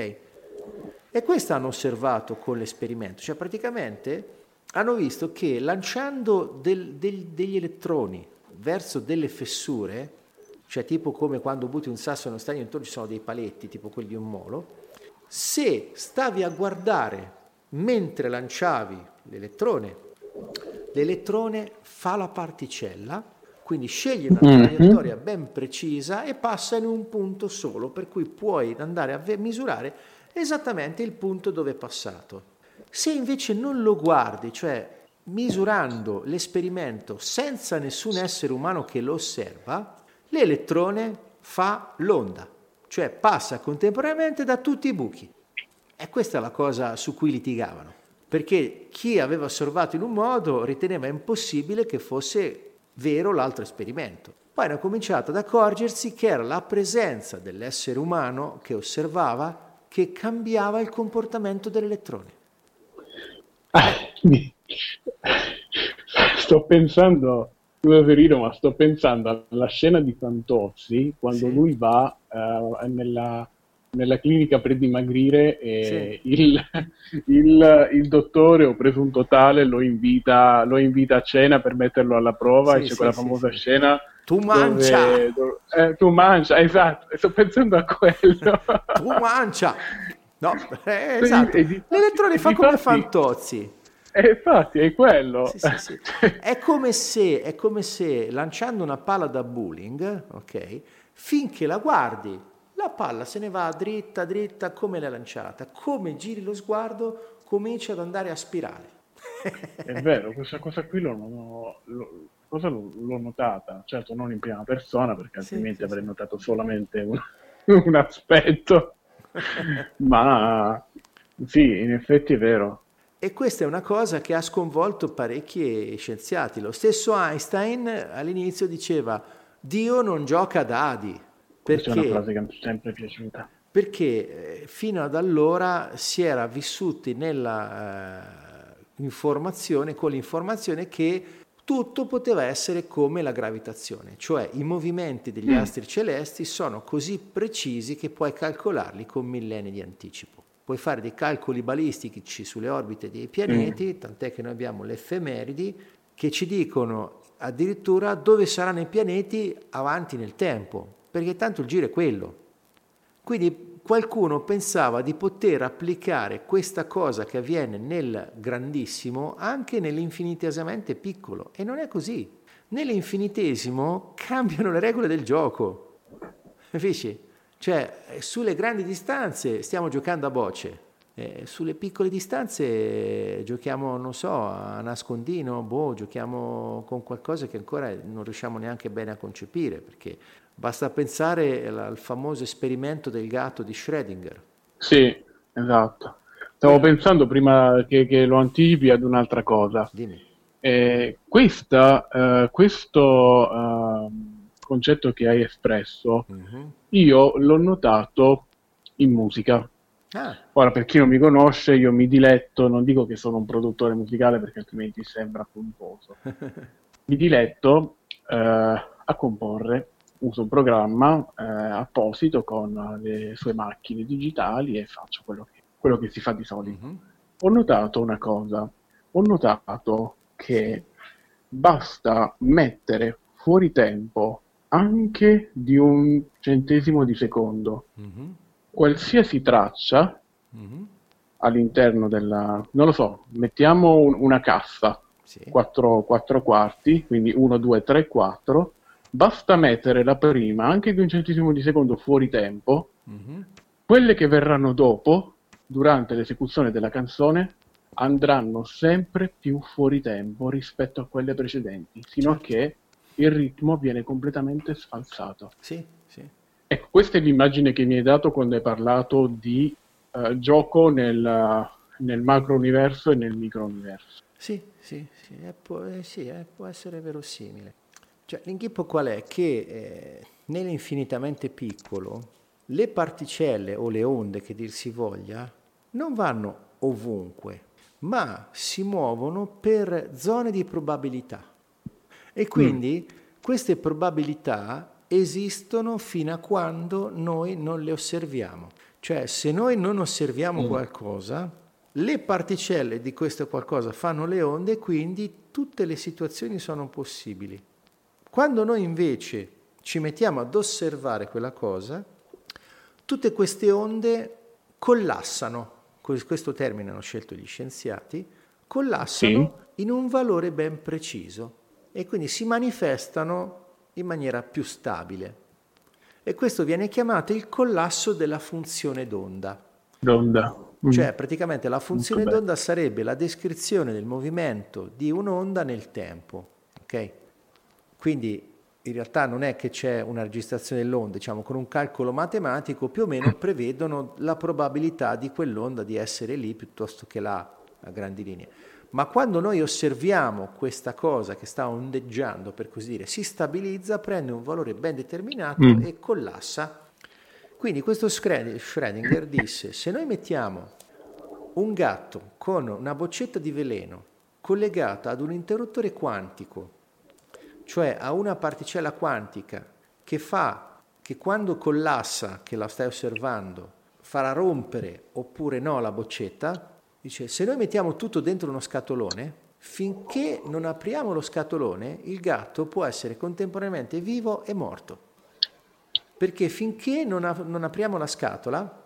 E questo hanno osservato con l'esperimento, cioè praticamente hanno visto che lanciando del, del, degli elettroni verso delle fessure, cioè tipo come quando butti un sasso in uno stagno intorno ci sono dei paletti, tipo quelli di un molo, se stavi a guardare mentre lanciavi l'elettrone, l'elettrone fa la particella, quindi sceglie una traiettoria ben precisa e passa in un punto solo, per cui puoi andare a misurare esattamente il punto dove è passato. Se invece non lo guardi, cioè misurando l'esperimento senza nessun essere umano che lo osserva, l'elettrone fa l'onda, cioè passa contemporaneamente da tutti i buchi. E questa è la cosa su cui litigavano, perché chi aveva osservato in un modo riteneva impossibile che fosse vero l'altro esperimento. Poi hanno cominciato ad accorgersi che era la presenza dell'essere umano che osservava che cambiava il comportamento dell'elettrone. Sto pensando, scusa se rido, ma sto pensando alla scena di Fantozzi quando sì. lui va uh, nella, nella clinica per dimagrire e sì. il, il, il dottore o presunto tale lo invita, lo invita a cena per metterlo alla prova sì, e c'è sì, quella famosa sì, scena tu mancia dove, dove, eh, tu mancia, esatto, sto pensando a quello. Tu mancia no, eh, esatto, di, l'elettrone fa come fatti, Fantozzi. E infatti è quello. Sì, sì, sì. È come se, è come se lanciando una palla da bowling, ok, finché la guardi, la palla se ne va dritta, dritta come l'hai lanciata. Come giri lo sguardo, comincia ad andare a spirale. È vero, questa cosa qui l'ho, l'ho, cosa l'ho, l'ho notata, certo non in prima persona, perché altrimenti sì, avrei sì. notato solamente un, un aspetto. Ma sì, in effetti è vero. E questa è una cosa che ha sconvolto parecchi scienziati. Lo stesso Einstein all'inizio diceva Dio non gioca a dadi. Questa è una frase che mi è sempre piaciuta. Perché fino ad allora si era vissuti nella uh, informazione, con l'informazione che tutto poteva essere come la gravitazione, cioè i movimenti degli mm. astri celesti sono così precisi che puoi calcolarli con millenni di anticipo. Puoi fare dei calcoli balistici sulle orbite dei pianeti, mm. tant'è che noi abbiamo le effemeridi che ci dicono addirittura dove saranno i pianeti avanti nel tempo, perché tanto il giro è quello. Quindi qualcuno pensava di poter applicare questa cosa che avviene nel grandissimo anche nell'infinitesimamente piccolo, e non è così. Nell'infinitesimo cambiano le regole del gioco, capisci? Cioè, sulle grandi distanze stiamo giocando a bocce, Eh, sulle piccole distanze giochiamo, non so, a nascondino, boh, giochiamo con qualcosa che ancora non riusciamo neanche bene a concepire, perché basta pensare al famoso esperimento del gatto di Schrödinger. Sì, esatto. Stavo Quello, pensando prima che, che lo anticipi ad un'altra cosa. dimmi. Eh, questa, eh, questo ehm, concetto che hai espresso, Mhm. io l'ho notato in musica. Ah, Ora, per chi non mi conosce, io mi diletto, non dico che sono un produttore musicale perché altrimenti sembra pomposo. Mi diletto eh, a comporre, uso un programma eh, apposito con le sue macchine digitali e faccio quello che, quello che si fa di solito. mhm. Ho notato una cosa, ho notato Sì. che basta mettere fuori tempo anche di un centesimo di secondo Mhm. qualsiasi traccia Mhm. all'interno della, non lo so, mettiamo un- una cassa, Sì. quattro, quattro quarti, quindi uno, due, tre, quattro, basta mettere la prima anche di un centesimo di secondo fuori tempo, Mhm. quelle che verranno dopo, durante l'esecuzione della canzone, andranno sempre più fuori tempo rispetto a quelle precedenti, sino a Certo. che il ritmo viene completamente sfalsato. Sì, sì. Ecco, questa è l'immagine che mi hai dato quando hai parlato di eh, gioco nel, nel macro universo e nel micro universo. Sì, sì, sì, è può, eh, sì, eh, può essere verosimile. Cioè, l'inghippo qual è? Che eh, nell'infinitamente piccolo le particelle o le onde, che dir si voglia, non vanno ovunque, ma si muovono per zone di probabilità. E Mm, quindi queste probabilità esistono fino a quando noi non le osserviamo. Cioè, se noi non osserviamo mm, qualcosa, le particelle di questo qualcosa fanno le onde e quindi tutte le situazioni sono possibili. Quando noi invece ci mettiamo ad osservare quella cosa, tutte queste onde collassano, questo termine hanno scelto gli scienziati, sì, collassano in un valore ben preciso e quindi si manifestano in maniera più stabile. E questo viene chiamato il collasso della funzione d'onda. d'onda. Mm, Cioè, praticamente la molto funzione bene. d'onda sarebbe la descrizione del movimento di un'onda nel tempo, ok? Quindi in realtà non è che c'è una registrazione dell'onda, diciamo con un calcolo matematico più o meno prevedono la probabilità di quell'onda di essere lì piuttosto che là, a grandi linee. Ma quando noi osserviamo questa cosa che sta ondeggiando, per così dire, si stabilizza, prende un valore ben determinato Mm, e collassa. Quindi questo Schrödinger disse, se noi mettiamo un gatto con una boccetta di veleno collegata ad un interruttore quantico, cioè a una particella quantica che fa che quando collassa, che la stai osservando, farà rompere oppure no la boccetta, dice se noi mettiamo tutto dentro uno scatolone, finché non apriamo lo scatolone, il gatto può essere contemporaneamente vivo e morto. Perché finché non, ap- non apriamo la scatola,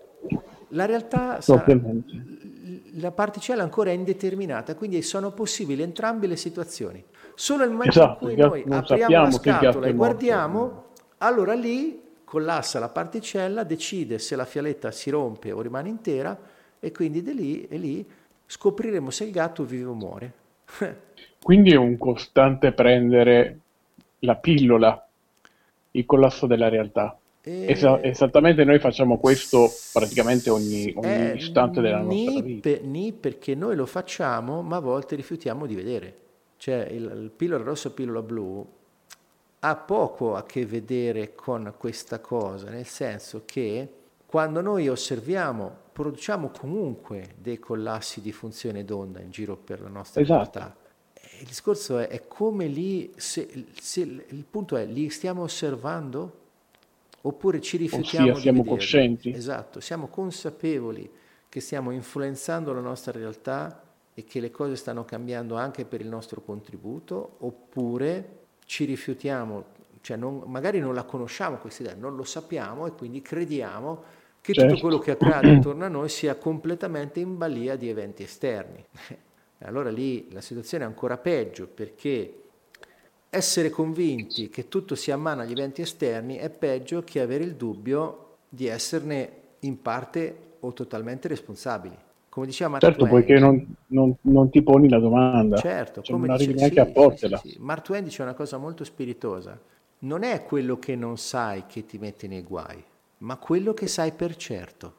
la realtà sarà, ovviamente. la particella ancora è indeterminata, quindi sono possibili entrambe le situazioni. Solo nel momento in Esatto, il cui gatto, noi non apriamo la sappiamo se il gatto scatola è e morto. guardiamo, allora lì collassa la particella, decide se la fialetta si rompe o rimane intera e quindi di lì e lì scopriremo se il gatto vive o muore. Quindi è un costante prendere la pillola, il collasso della realtà. Esa- E esattamente noi facciamo questo praticamente ogni, ogni è istante della nostra ni, vita. pe- ni perché noi lo facciamo, ma a volte rifiutiamo di vedere. Cioè il, il pillola rossa e pillola blu ha poco a che vedere con questa cosa, nel senso che quando noi osserviamo, produciamo comunque dei collassi di funzione d'onda in giro per la nostra Esatto, realtà. E il discorso è, è come lì, se, se il punto è, li stiamo osservando oppure ci ossia rifiutiamo di siamo vederli? coscienti. Esatto, siamo consapevoli che stiamo influenzando la nostra realtà e che le cose stanno cambiando anche per il nostro contributo, oppure ci rifiutiamo, cioè non, magari non la conosciamo questa idea, non lo sappiamo e quindi crediamo che tutto quello Certo. che accade intorno a noi sia completamente in balia di eventi esterni. E allora lì la situazione è ancora peggio perché essere convinti che tutto sia a agli eventi esterni è peggio che avere il dubbio di esserne in parte o totalmente responsabili. Come diceva Mark Certo, Twain, poiché non, non- non ti poni la domanda, certo, cioè come non arrivi dice, neanche a sì, sì, sì, portela. sì. Mark Twain dice una cosa molto spiritosa. Non è quello che non sai che ti mette nei guai, ma quello che sai per certo.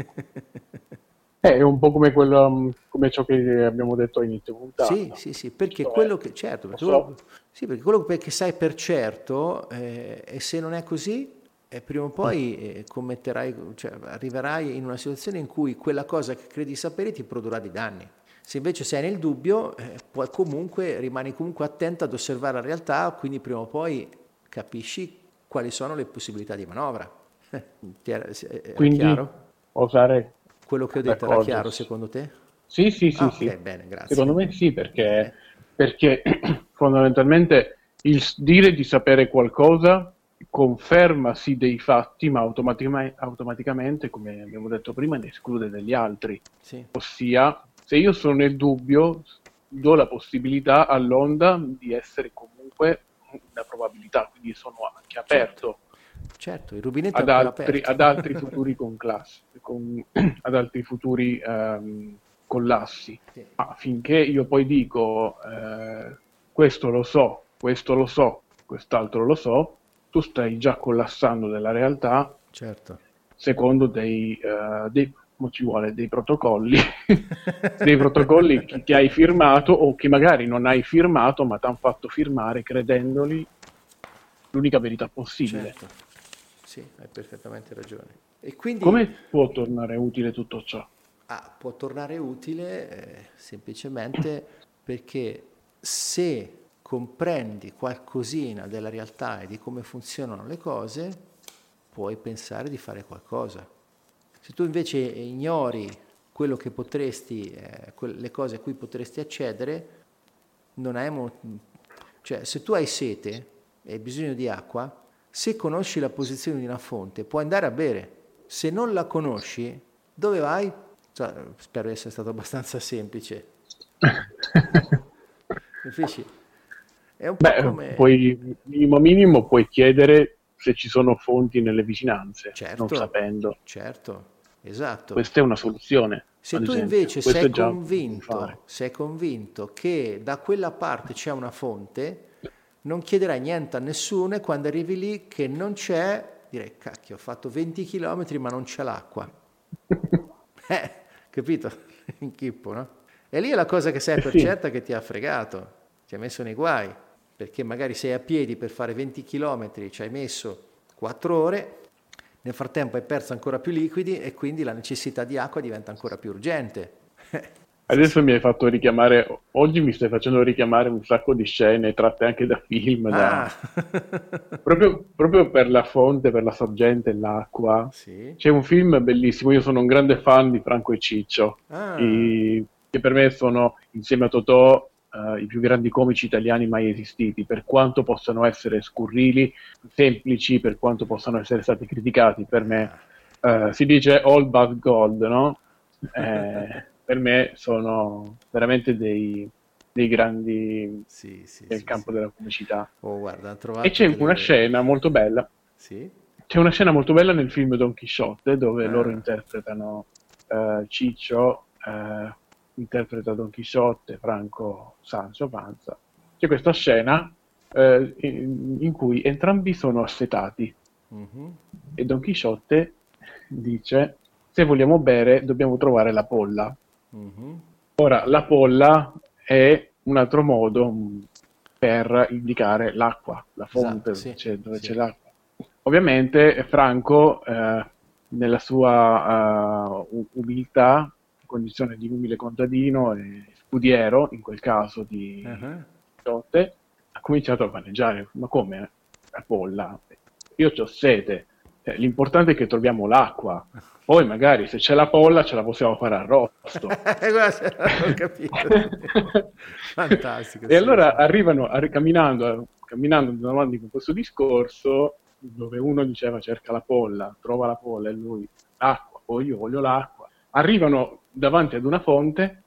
Eh, È un po' come quello, mm, come ciò che abbiamo detto a inizio Sì, puntata. sì, sì, perché Cioè, quello che, certo, lo perché quello, so, sì, perché quello che sai per certo, eh, e se non è così, eh, prima o poi eh, commetterai, cioè, arriverai in una situazione in cui quella cosa che credi sapere ti produrrà dei danni. Se invece sei nel dubbio, eh, poi comunque rimani comunque attento ad osservare la realtà, quindi prima o poi capisci quali sono le possibilità di manovra. Ti era, era quindi chiaro? osare Quello che ho ad detto era chiaro accorgersi. secondo te? Sì, sì, sì, Ah, ok, sì. bene, grazie. Secondo me sì, perché, Bene. perché fondamentalmente il s- dire di sapere qualcosa conferma sì dei fatti, ma automatica- automaticamente, come abbiamo detto prima, ne esclude degli altri. Sì, Ossia, se io sono nel dubbio, do la possibilità all'onda di essere comunque una probabilità, quindi sono anche certo, aperto certo, il rubinetto è ad ancora altri, aperto. ad altri futuri conclassi, con- ad altri futuri ehm, collassi. Sì, Ma finché io poi dico eh, questo lo so, questo lo so, quest'altro lo so, tu stai già collassando della realtà certo. secondo dei, eh, dei, mo ci vuole, dei protocolli, dei protocolli che, che hai firmato o che magari non hai firmato, ma ti hanno fatto firmare credendoli l'unica verità possibile. Certo, sì, hai perfettamente ragione. E quindi Come può tornare utile tutto ciò? ah, può tornare utile eh, semplicemente perché se comprendi qualcosina della realtà e di come funzionano le cose, puoi pensare di fare qualcosa. Se tu invece ignori quello che potresti, eh, que- le cose a cui potresti accedere, non hai mo- cioè se tu hai sete e hai bisogno di acqua, se conosci la posizione di una fonte, puoi andare a bere. Se non la conosci, dove vai? Cioè, spero di essere stato abbastanza semplice. Capisci? È un po' Beh, come... puoi, minimo minimo puoi chiedere se ci sono fonti nelle vicinanze, non Certo, sapendo. certo, esatto. Questa è una soluzione, Se ad tu esempio. invece Questo sei è già un modo di fare. convinto, sei convinto che da quella parte c'è una fonte, non chiederai niente a nessuno e quando arrivi lì che non c'è, direi cacchio, ho fatto venti chilometri ma non c'è l'acqua. Eh, capito? Inchippo, no? E lì è la cosa che sai Eh per sì, certa che ti ha fregato, ti ha messo nei guai, perché magari sei a piedi per fare venti chilometri, ci hai messo quattro ore, nel frattempo hai perso ancora più liquidi e quindi la necessità di acqua diventa ancora più urgente. Sì, adesso sì. mi hai fatto richiamare, oggi mi stai facendo richiamare un sacco di scene tratte anche da film, Ah, da, proprio, proprio per la fonte, per la sorgente, l'acqua. sì. C'è un film bellissimo, io sono un grande fan di Franco e Ciccio, Ah, i- che per me sono, insieme a Totò, eh, i più grandi comici italiani mai esistiti, per quanto possano essere scurrili, semplici, per quanto possano essere stati criticati, per me, eh, si dice all but gold, no? Eh, per me sono veramente dei, dei grandi sì, sì, nel sì, campo sì. della comicità. Oh, guarda, ho E trovato c'è una delle... scena molto bella. Sì? C'è una scena molto bella nel film Don Chisciotte dove loro Ah, interpretano eh, Ciccio, eh, interpreta Don Chisciotte, Franco Sancho Panza. C'è questa scena eh, in, in cui entrambi sono assetati mhm, e Don Chisciotte dice: se vogliamo bere dobbiamo trovare la polla. mhm. Ora, la polla è un altro modo mh, per indicare l'acqua, la fonte Esatto, dove sì, c'è, dove sì. c'è l'acqua. Ovviamente Franco, eh, nella sua eh, u- umiltà, condizione di umile contadino e scudiero, in quel caso di Ah, Ciotte, ha cominciato a vaneggiare. Ma come? La polla? Io ho sete. Cioè, l'importante è che troviamo l'acqua. Poi magari se c'è la polla ce la possiamo fare arrosto. Guarda, ho capito. Fantastico, E sì, allora sì. arrivano arri- camminando, camminando andando avanti con questo discorso, dove uno diceva cerca la polla, trova la polla e lui l'acqua, poi io voglio l'acqua. Arrivano davanti ad una fonte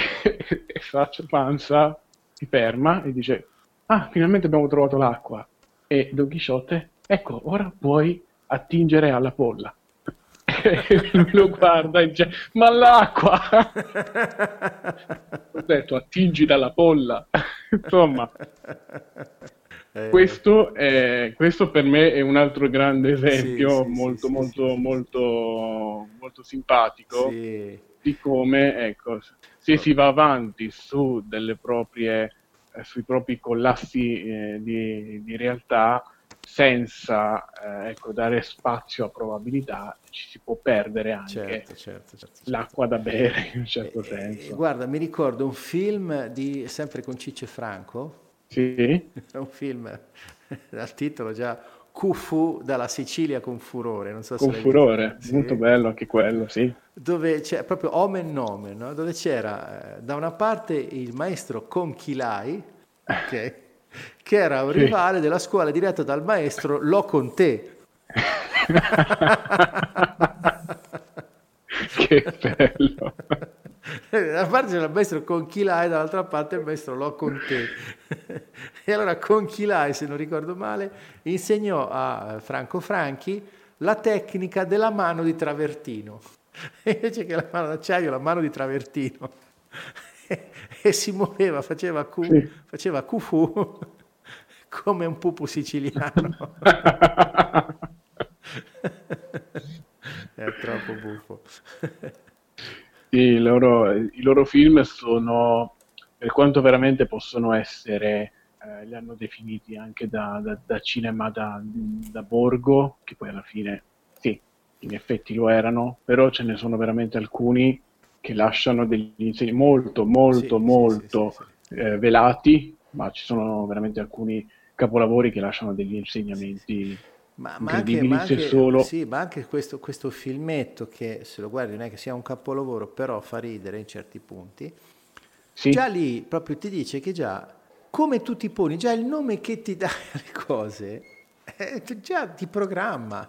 e Faccia Panza si ferma e dice: ah, finalmente abbiamo trovato l'acqua. E Don Chisciotte, ecco, ora puoi attingere alla polla. E lui lo guarda e dice, ma l'acqua! Ho detto, attingi dalla polla. Insomma, Eh, questo, è, questo per me è un altro grande sì, esempio sì, sì, molto, sì, sì, molto, sì, sì. molto, molto simpatico Sì. di come, ecco, se si va avanti su delle proprie, eh, sui propri collassi eh, di, di realtà senza eh, ecco, dare spazio a probabilità, ci si può perdere anche Certo, certo, certo, certo. l'acqua da bere in un certo E- e- senso. guarda, mi ricordo un film di, sempre con Cicce Franco, Sì, un film dal titolo già Khufu dalla Sicilia con furore, non so se con l'hai visto. furore, molto Sì. bello anche quello, sì. Dove c'è proprio omen nomen, no? Dove c'era eh, da una parte il maestro Conchilai, ok, che era un Sì. rivale della scuola diretto dal maestro Lo Conté. Che bello. Da una parte c'era il maestro Conchilai, dall'altra parte il maestro Lo Conté. E allora Conchilai, se non ricordo male, insegnò a Franco Franchi la tecnica della mano di travertino. E invece che la mano d'acciaio, la mano di travertino. E, e si muoveva, faceva, cu, Sì. faceva cufu come un pupu siciliano. È troppo buffo. Sì, i loro, i loro film sono, per quanto veramente possono essere, eh, li hanno definiti anche da, da- da cinema da, da borgo, che poi alla fine, sì, in effetti lo erano, però ce ne sono veramente alcuni che lasciano degli insegni molto, molto, Sì, sì, sì, sì, molto sì. eh, velati, ma ci sono veramente alcuni capolavori che lasciano degli Sì, sì. insegnamenti Ma, ma anche, ma incredibili, se anche, solo... sì, ma anche questo, questo filmetto che se lo guardi non è che sia un capolavoro, però fa ridere in certi punti, già Sì, lì proprio ti dice che già come tu ti poni, già il nome che ti dai alle cose, eh, già ti programma.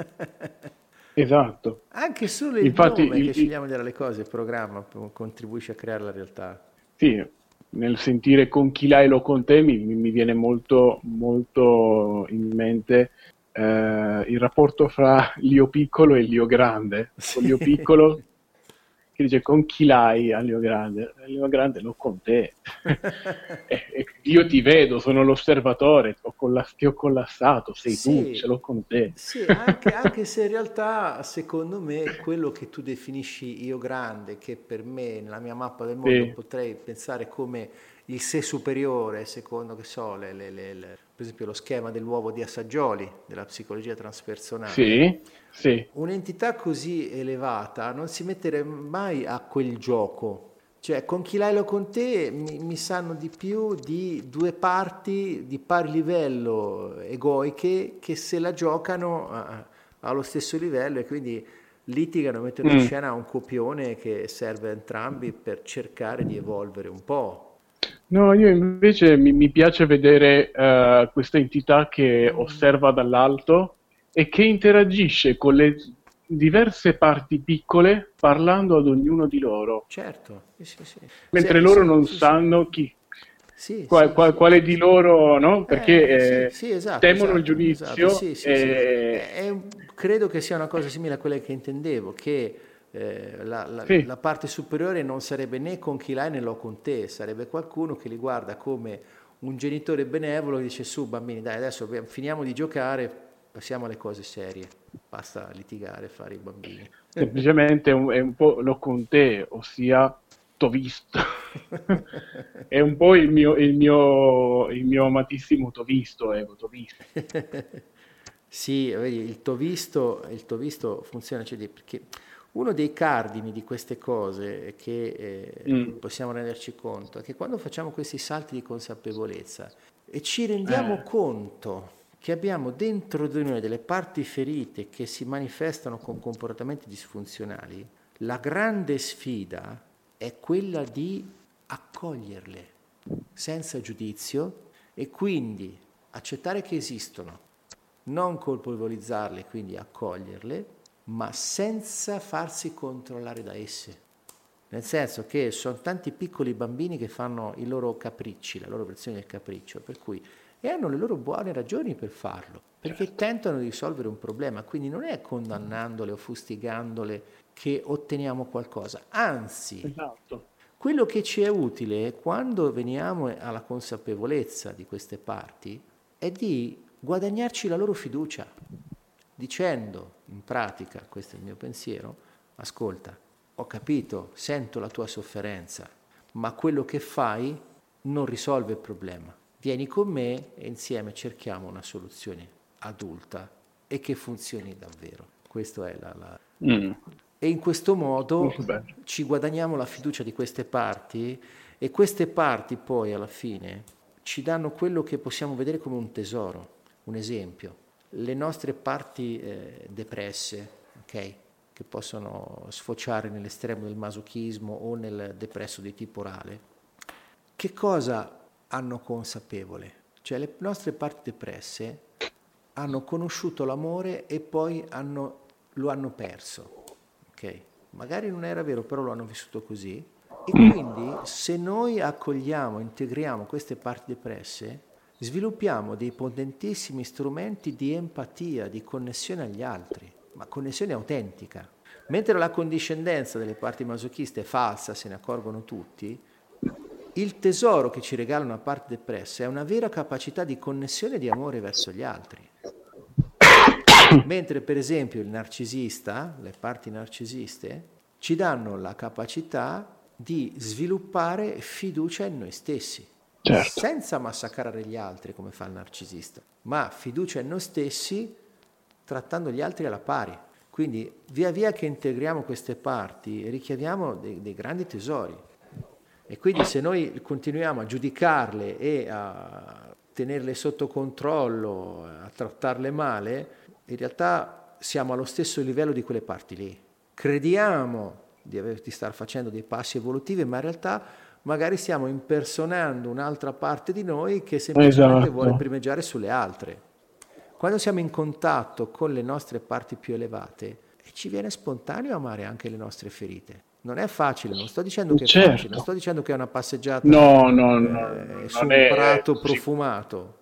esatto. Anche solo il Infatti, nome che il, il- scegliamo di dare alle cose programma, contribuisce a creare la realtà. sì, nel sentire con chi l'hai lo con te mi, mi viene molto, molto in mente eh, il rapporto fra Lio Piccolo e Lio Grande. Con Lio Sì. Piccolo che dice con chi l'hai a Lio Grande? A Lio Grande l'ho con te. E, e io ti vedo, sono l'osservatore, ho collas- ti ho collassato, sei tu, ce Sì, l'ho con te. sì, anche, anche se in realtà secondo me quello che tu definisci io grande, che per me nella mia mappa del mondo Sì, potrei pensare come il sé superiore, secondo che so, le- le- le- le- per esempio lo schema dell'uovo di Assaggioli, della psicologia transpersonale, sì, sì. un'entità così elevata non si metterebbe mai a quel gioco. Cioè, con chi l'hai lo con te mi, mi sanno di più di due parti di pari livello egoiche che se la giocano a- allo stesso livello e quindi litigano, mettono in Mm. scena un copione che serve a entrambi per cercare di evolvere un po'. No, io invece mi, mi piace vedere eh, questa entità che osserva dall'alto e che interagisce con le diverse parti piccole parlando ad ognuno di loro, Certo, sì, sì, sì. mentre Se- loro sì, non sì, sì. sanno chi, Sì, qual- sì, qual- sì, quale sì, di sì. loro, no? Eh, sì, Perché eh, sì, esatto, temono il esatto, esatto, giudizio sì, sì, sì. e... È- è un- credo che sia una cosa simile a quella che intendevo, che eh, la, la- Sì, la parte superiore non sarebbe né con chi l'hai né lo con te, sarebbe qualcuno che li guarda come un genitore benevolo che dice su bambini, dai, adesso finiamo di giocare, passiamo alle cose serie, basta litigare, fare i bambini. semplicemente è un, è un po' lo con te, ossia t'ho visto. È un po' il mio, il mio, il mio amatissimo t'ho visto, Evo, t'ho visto. Sì, vedi, il t'ho visto, il t'ho visto funziona, cioè, di- perché uno dei cardini di queste cose che eh, Mm. possiamo renderci conto è che quando facciamo questi salti di consapevolezza e ci rendiamo Eh, conto che abbiamo dentro di noi delle parti ferite che si manifestano con comportamenti disfunzionali, la grande sfida è quella di accoglierle senza giudizio e quindi accettare che esistono, non colpevolizzarle, quindi accoglierle, ma senza farsi controllare da esse. Nel senso che sono tanti piccoli bambini che fanno i loro capricci, la loro versione del capriccio, per cui e hanno le loro buone ragioni per farlo, perché certo. tentano di risolvere un problema, quindi non è condannandole o fustigandole che otteniamo qualcosa, anzi, esatto. quello che ci è utile quando veniamo alla consapevolezza di queste parti è di guadagnarci la loro fiducia, dicendo in pratica, questo è il mio pensiero, ascolta, ho capito, sento la tua sofferenza, ma quello che fai non risolve il problema. Vieni con me e insieme cerchiamo una soluzione adulta e che funzioni davvero. Questo è la... la... Mm. E in questo modo ci guadagniamo la fiducia di queste parti e queste parti poi alla fine ci danno quello che possiamo vedere come un tesoro. Un esempio, le nostre parti eh, depresse, ok? Che possono sfociare nell'estremo del masochismo o nel depresso di tipo orale, che cosa hanno consapevole? Cioè le nostre parti depresse hanno conosciuto l'amore e poi hanno, lo hanno perso, ok? Magari non era vero, però lo hanno vissuto così, e quindi se noi accogliamo, integriamo queste parti depresse, sviluppiamo dei potentissimi strumenti di empatia, di connessione agli altri, ma connessione autentica. Mentre la condiscendenza delle parti masochiste è falsa, se ne accorgono tutti, il tesoro che ci regala una parte depressa è una vera capacità di connessione e di amore verso gli altri. Mentre per esempio il narcisista, le parti narcisiste, ci danno la capacità di sviluppare fiducia in noi stessi. Certo. Senza massacrare gli altri come fa il narcisista, ma fiducia in noi stessi trattando gli altri alla pari. Quindi via via che integriamo queste parti richiamiamo dei, dei grandi tesori, e quindi se noi continuiamo a giudicarle e a tenerle sotto controllo, a trattarle male, in realtà siamo allo stesso livello di quelle parti lì. Crediamo di, aver, di star facendo dei passi evolutivi, ma in realtà magari stiamo impersonando un'altra parte di noi che semplicemente esatto. vuole primeggiare sulle altre. Quando siamo in contatto con le nostre parti più elevate, ci viene spontaneo amare anche le nostre ferite. Non è facile, non sto dicendo che è certo. facile, non sto dicendo che è una passeggiata no, no, no, eh, su un è, prato profumato.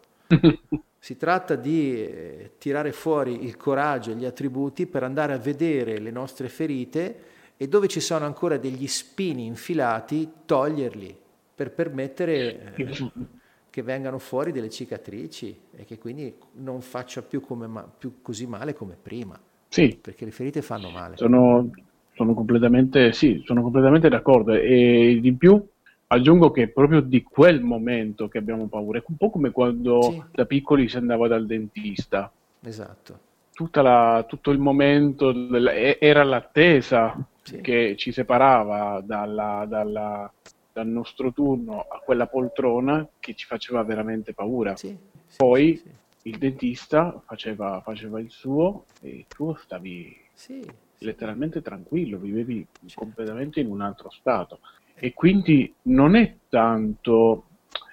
Si tratta di eh, tirare fuori il coraggio e gli attributi per andare a vedere le nostre ferite e dove ci sono ancora degli spini infilati, toglierli per permettere eh, che vengano fuori delle cicatrici e che quindi non faccia più, come ma- più così male come prima. Sì. Perché le ferite fanno male. Sono, sono completamente, sì, sono completamente d'accordo, e di più aggiungo che proprio di quel momento che abbiamo paura, è un po' come quando sì. da piccoli si andava dal dentista. Esatto. Tutta la, tutto il momento della, era l'attesa sì. che ci separava dalla, dalla, dal nostro turno a quella poltrona che ci faceva veramente paura. Sì. Sì, Poi sì, sì. il dentista faceva, faceva il suo e tu stavi sì, letteralmente sì. tranquillo, vivevi certo. completamente in un altro stato. E quindi non è tanto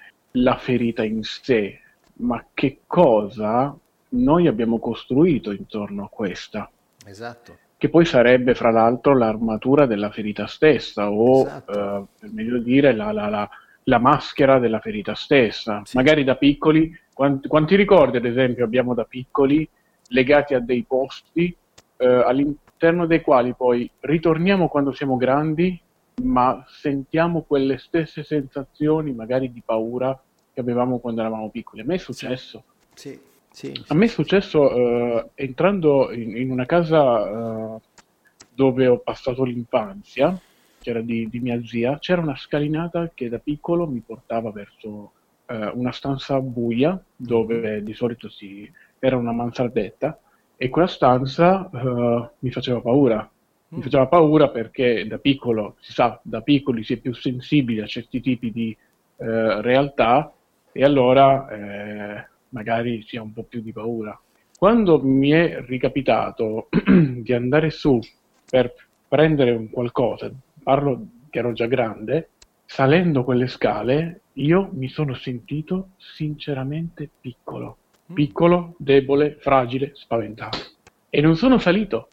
la ferita in sé, ma che cosa noi abbiamo costruito intorno a questa. Esatto. Che poi sarebbe, fra l'altro, l'armatura della ferita stessa, o esatto. eh, per meglio dire, la, la, la, la maschera della ferita stessa. Sì. Magari da piccoli, quanti, quanti ricordi, ad esempio, abbiamo da piccoli legati a dei posti eh, all'interno dei quali poi ritorniamo quando siamo grandi, ma sentiamo quelle stesse sensazioni magari di paura che avevamo quando eravamo piccoli. A me è successo. Sì, sì, sì, a me è sì, successo sì. Uh, entrando in, in una casa uh, dove ho passato l'infanzia, che era di, di mia zia, c'era una scalinata che da piccolo mi portava verso uh, una stanza buia, dove mm-hmm. di solito si, era una mansardetta, e quella stanza uh, mi faceva paura. Mi faceva paura perché da piccolo, si sa, da piccoli si è più sensibili a certi tipi di eh, realtà, e allora eh, magari si ha un po' più di paura. Quando mi è ricapitato di andare su per prendere un qualcosa, parlo che ero già grande, salendo quelle scale, io mi sono sentito sinceramente piccolo. Piccolo, debole, fragile, spaventato. E non sono salito.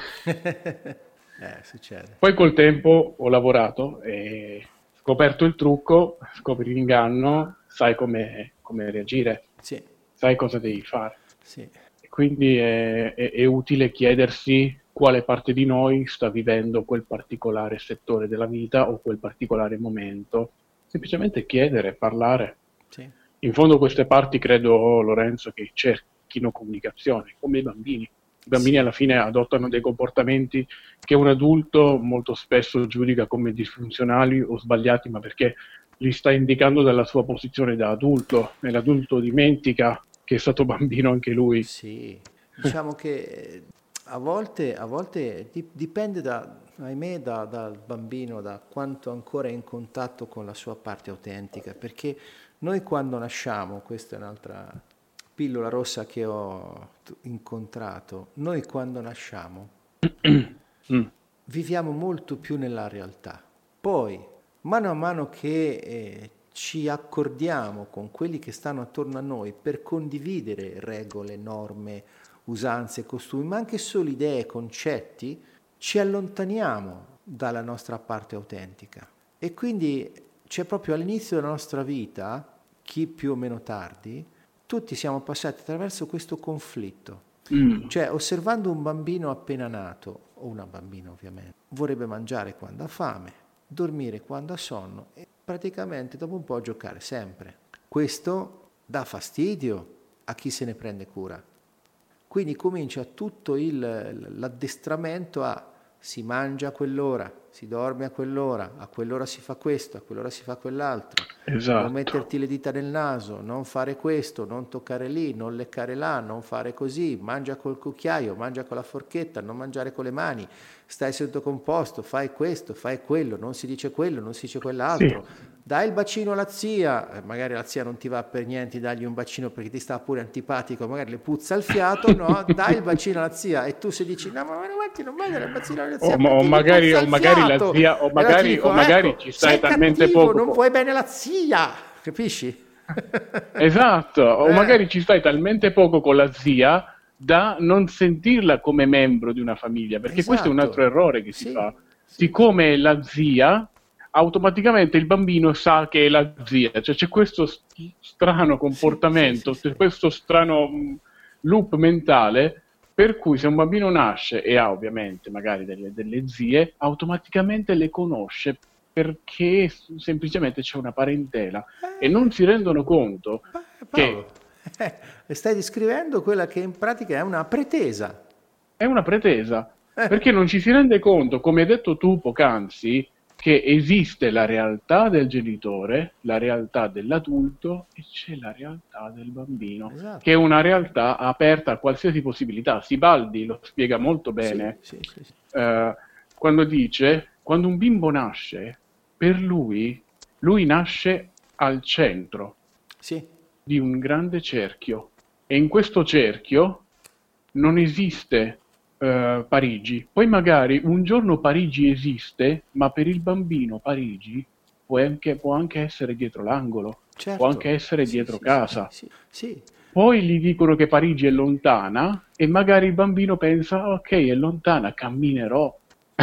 Eh, succede. Poi col tempo ho lavorato e scoperto il trucco, scopri l'inganno, sai come, come reagire. sì. sai cosa devi fare. Sì. Quindi è, è, è utile chiedersi quale parte di noi sta vivendo quel particolare settore della vita o quel particolare momento. Semplicemente chiedere, parlare. Sì. In fondo queste parti credo, Lorenzo, che cerchino comunicazione, come i bambini. I bambini Sì. alla fine adottano dei comportamenti che un adulto molto spesso giudica come disfunzionali o sbagliati, ma perché li sta indicando dalla sua posizione da adulto, e l'adulto dimentica che è stato bambino anche lui. Sì, diciamo che a volte, a volte dipende da, ahimè, da, dal bambino, da quanto ancora è in contatto con la sua parte autentica, perché noi quando nasciamo, questa è un'altra pillola rossa che ho incontrato, noi quando nasciamo mm. viviamo molto più nella realtà. Poi, mano a mano che eh, ci accordiamo con quelli che stanno attorno a noi per condividere regole, norme, usanze, costumi, ma anche solo idee, concetti, ci allontaniamo dalla nostra parte autentica. E quindi c'è proprio all'inizio della nostra vita, chi più o meno tardi, tutti siamo passati attraverso questo conflitto. Mm. Cioè, osservando un bambino appena nato, o una bambina ovviamente, vorrebbe mangiare quando ha fame, dormire quando ha sonno e praticamente dopo un po' giocare sempre. Questo dà fastidio a chi se ne prende cura. Quindi comincia tutto il, l'addestramento a si mangia a quell'ora, si dorme a quell'ora, a quell'ora si fa questo, a quell'ora si fa quell'altro. Esatto. Non metterti le dita nel naso, non fare questo, non toccare lì, non leccare là, non fare così, mangia col cucchiaio, mangia con la forchetta, non mangiare con le mani, stai seduto composto, fai questo, fai quello, non si dice quello, non si dice quell'altro. Sì. Dai il bacino alla zia, magari la zia non ti va per niente, dagli un bacino perché ti sta pure antipatico, magari le puzza il fiato, no? Dai il bacino alla zia e tu se dici no ma avanti non vai dare il bacino alla zia, o, ma, o magari, o magari la zia o magari, dico, o magari ecco, ci stai talmente cattivo, poco non vuoi bene la zia, capisci? Esatto, o eh. magari ci stai talmente poco con la zia da non sentirla come membro di una famiglia, perché esatto. Questo è un altro errore che sì, si fa. Sì, Siccome è la zia, automaticamente il bambino sa che è la zia, cioè c'è questo strano comportamento, sì, sì, sì, c'è questo strano loop mentale, per cui se un bambino nasce e ha ovviamente magari delle, delle zie, automaticamente le conosce perché semplicemente c'è una parentela eh, e non si rendono conto Paolo, che eh, stai descrivendo quella che in pratica è una pretesa. È una pretesa, eh. perché non ci si rende conto, come hai detto tu poc'anzi, che esiste la realtà del genitore, la realtà dell'adulto e c'è la realtà del bambino, esatto. che è una realtà aperta a qualsiasi possibilità. Sibaldi lo spiega molto bene sì, sì, sì, sì. Eh, quando dice, quando un bimbo nasce, per lui, lui nasce al centro sì. di un grande cerchio e in questo cerchio non esiste Uh, Parigi, poi magari un giorno Parigi esiste, ma per il bambino Parigi può anche, può anche essere dietro l'angolo, certo. può anche essere sì, dietro sì, casa. Sì, sì, sì. Poi gli dicono che Parigi è lontana e magari il bambino pensa, ok, è lontana, camminerò.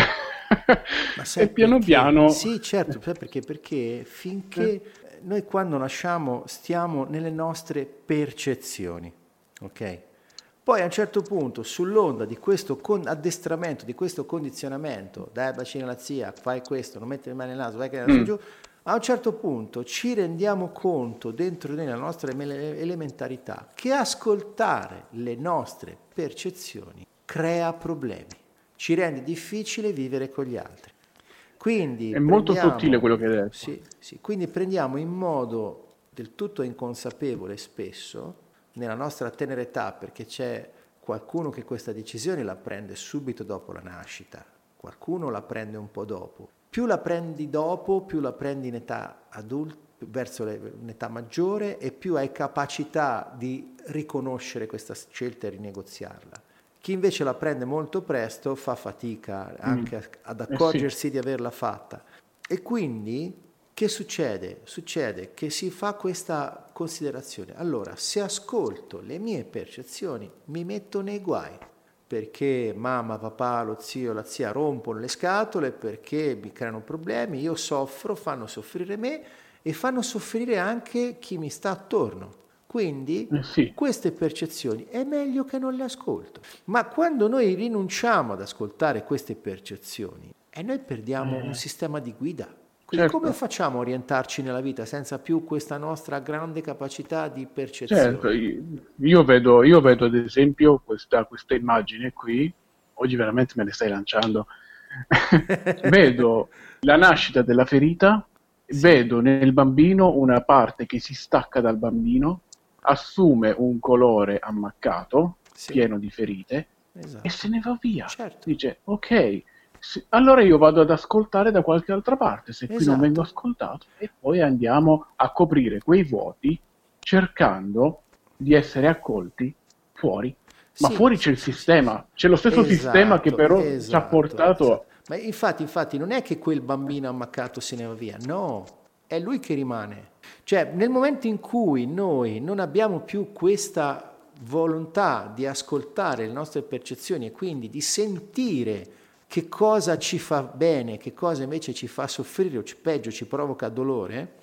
Ma sai e piano perché? piano... Sì, certo, perché? Perché finché eh. noi quando nasciamo stiamo nelle nostre percezioni, ok? Poi a un certo punto, sull'onda di questo con- addestramento, di questo condizionamento, dai bacino alla zia, fai questo, non metti le mani nel naso, vai che ne mm. giù, a un certo punto ci rendiamo conto dentro nella nostra elementarità che ascoltare le nostre percezioni crea problemi, ci rende difficile vivere con gli altri. Quindi È molto prendiamo, sottile quello che hai detto. Sì, sì, quindi prendiamo in modo del tutto inconsapevole spesso, nella nostra tenera età, perché c'è qualcuno che questa decisione la prende subito dopo la nascita, qualcuno la prende un po' dopo. Più la prendi dopo, più la prendi in età adulta, verso un'età maggiore e più hai capacità di riconoscere questa scelta e rinegoziarla. Chi invece la prende molto presto fa fatica anche mm. ad accorgersi eh sì. di averla fatta. E quindi che succede? Succede che si fa questa considerazione. Allora, se ascolto le mie percezioni, mi metto nei guai, perché mamma, papà, lo zio, la zia rompono le scatole, perché mi creano problemi, io soffro, fanno soffrire me e fanno soffrire anche chi mi sta attorno. Quindi Eh sì. queste percezioni è meglio che non le ascolto. Ma quando noi rinunciamo ad ascoltare queste percezioni, e noi perdiamo un Eh, sistema di guida. Quindi come certo, facciamo a orientarci nella vita senza più questa nostra grande capacità di certo. percezione? Io, io vedo, io vedo ad esempio questa, questa immagine qui, oggi veramente me ne stai lanciando. Vedo la nascita della ferita, Sì, vedo nel bambino una parte che si stacca dal bambino, assume un colore ammaccato, sì, pieno di ferite, e se esatto. ne va via. Certo, Dice, ok, sì, allora io vado ad ascoltare da qualche altra parte, se qui non vengo esatto. ascoltato, e poi andiamo a coprire quei vuoti cercando di essere accolti fuori. Ma Sì, fuori c'è sì, il sì, sì, sì. sistema, c'è lo stesso sistema che Esatto, però ci ha esatto, esatto. portato. Ma infatti, infatti non è che quel bambino ammaccato se ne va via, no, è lui che rimane. Cioè, nel momento in cui noi non abbiamo più questa volontà di ascoltare le nostre percezioni e quindi di sentire che cosa ci fa bene, che cosa invece ci fa soffrire o ci, peggio ci provoca dolore,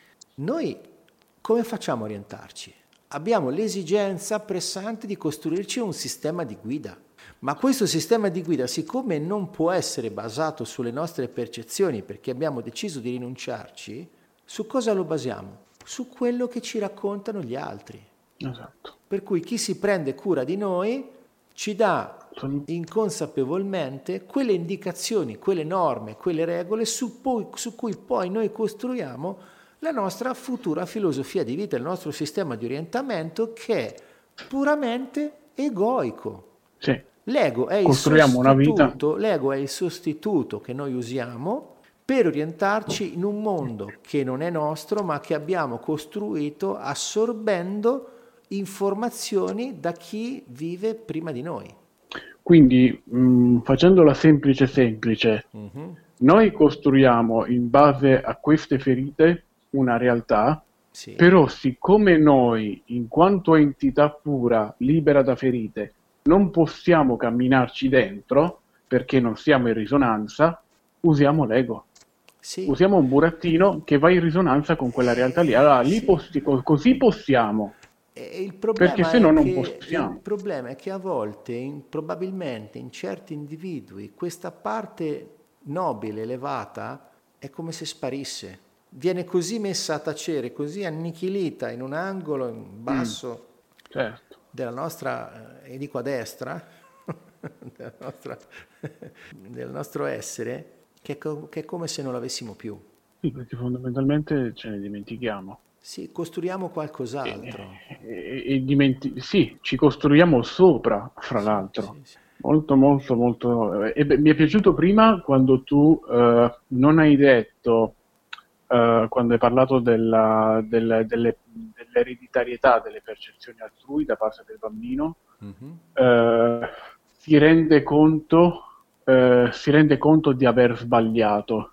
noi come facciamo a orientarci? Abbiamo l'esigenza pressante di costruirci un sistema di guida. Ma questo sistema di guida, siccome non può essere basato sulle nostre percezioni, perché abbiamo deciso di rinunciarci, su cosa lo basiamo? Su quello che ci raccontano gli altri. Esatto. Per cui chi si prende cura di noi ci dà Sono- inconsapevolmente quelle indicazioni, quelle norme, quelle regole su, poi, su cui poi noi costruiamo la nostra futura filosofia di vita, il nostro sistema di orientamento che è puramente egoico. Sì, L'ego è il costruiamo una vita. sostituto, l'ego è il sostituto che noi usiamo per orientarci in un mondo che non è nostro, ma che abbiamo costruito assorbendo informazioni da chi vive prima di noi. Quindi, mh, facendola semplice semplice, Mhm. noi costruiamo in base a queste ferite una realtà, Sì, però siccome noi, in quanto entità pura, libera da ferite, non possiamo camminarci dentro, perché non siamo in risonanza, usiamo l'ego. sì, Usiamo un burattino che va in risonanza con quella realtà lì. eh, Allora, lì sì. possi- co- così possiamo, E il perché problema se no è non che, il possiamo. problema è che a volte, in- probabilmente in certi individui, questa parte nobile, elevata, è come se sparisse. Viene così messa a tacere, così annichilita in un angolo in Mm, basso certo. della nostra, eh, e dico a destra, della nostra- del nostro essere, che è, co- che è come se non l'avessimo più. Sì, perché fondamentalmente ce ne dimentichiamo. Sì, costruiamo E, qualcos'altro. e- e dimenti- sì, ci costruiamo sopra, fra Sì, l'altro. sì, sì. Molto, molto, molto. E beh, mi è piaciuto prima quando tu eh, non hai detto, eh, quando hai parlato della- del- delle- dell'ereditarietà delle percezioni altrui da parte del bambino, Mhm. eh, si rende conto, eh, si rende conto di aver sbagliato,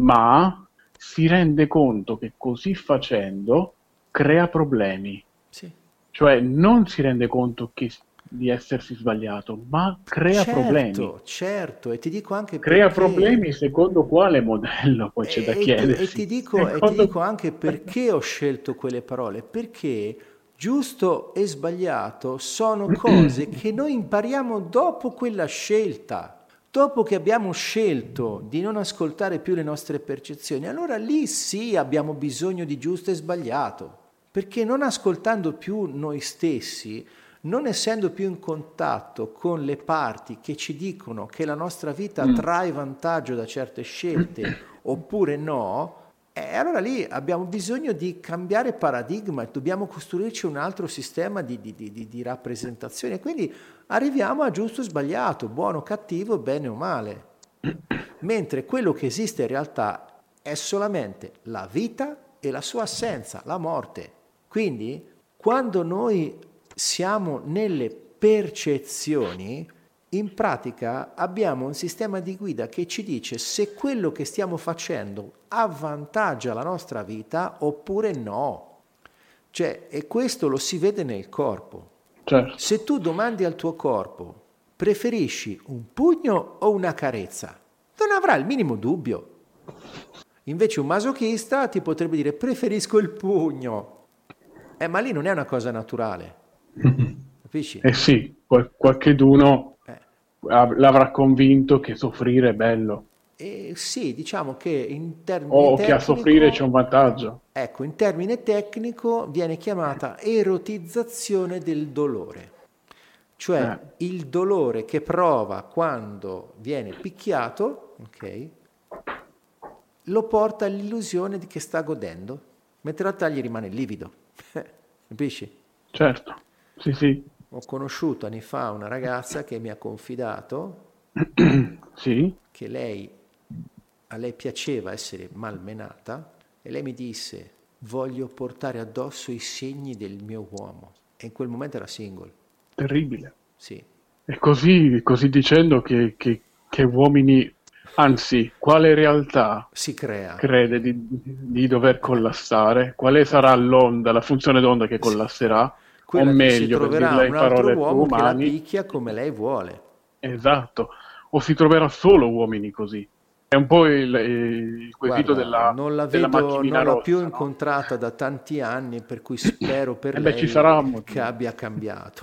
ma si rende conto che così facendo crea problemi. Sì. Cioè non si rende conto che- di essersi sbagliato, ma crea problemi. Certo, certo, e ti dico anche Crea perché, problemi secondo quale modello, poi c'è da e ti, e chiedersi. ti dico, e ti Secondo... dico anche perché ho scelto quelle parole, perché giusto e sbagliato sono cose che noi impariamo dopo quella scelta. Dopo che abbiamo scelto di non ascoltare più le nostre percezioni, allora lì sì abbiamo bisogno di giusto e sbagliato, perché non ascoltando più noi stessi, non essendo più in contatto con le parti che ci dicono che la nostra vita Mm. trae vantaggio da certe scelte oppure no, e allora lì abbiamo bisogno di cambiare paradigma, dobbiamo costruirci un altro sistema di, di, di, di rappresentazione. Quindi arriviamo a giusto o sbagliato, buono o cattivo, bene o male. Mentre quello che esiste in realtà è solamente la vita e la sua assenza, la morte. Quindi quando noi siamo nelle percezioni, in pratica abbiamo un sistema di guida che ci dice se quello che stiamo facendo avvantaggia la nostra vita oppure no. Cioè, e questo lo si vede nel corpo. Certo. Se tu domandi al tuo corpo, preferisci un pugno o una carezza? Non avrà il minimo dubbio. Invece un masochista ti potrebbe dire preferisco il pugno. Eh, ma lì non è una cosa naturale, capisci? Eh sì, qual- qualcheduno Eh. av- l'avrà convinto che soffrire è bello, E sì, diciamo che in termine o che a soffrire c'è un tecnico, vantaggio. ecco, in termine tecnico viene chiamata erotizzazione del dolore, Eh, cioè il dolore che prova quando viene picchiato, ok, lo porta all'illusione di che sta godendo, mentre in realtà gli rimane livido, capisci? certo, sì, sì, Ho conosciuto anni fa una ragazza che mi ha confidato sì, che lei, a lei piaceva essere malmenata e lei mi disse voglio portare addosso i segni del mio uomo e in quel momento era single, terribile. sì, E così, così dicendo che, che- che uomini, anzi, quale realtà si crea, crede di, di dover collassare? Quale sarà l'onda, la funzione d'onda che sì. collasserà? O Quella che si meglio, per troverà dirla un in altro parole più uomo che la umani, picchia come lei vuole. esatto, o si troverà solo uomini così. È un po' il, il quesito Guarda, della, non la della vedo, macchinina non l'ho più rossa, no? incontrata da tanti anni, per cui spero per E beh, ci lei sarà un che motivo. abbia cambiato.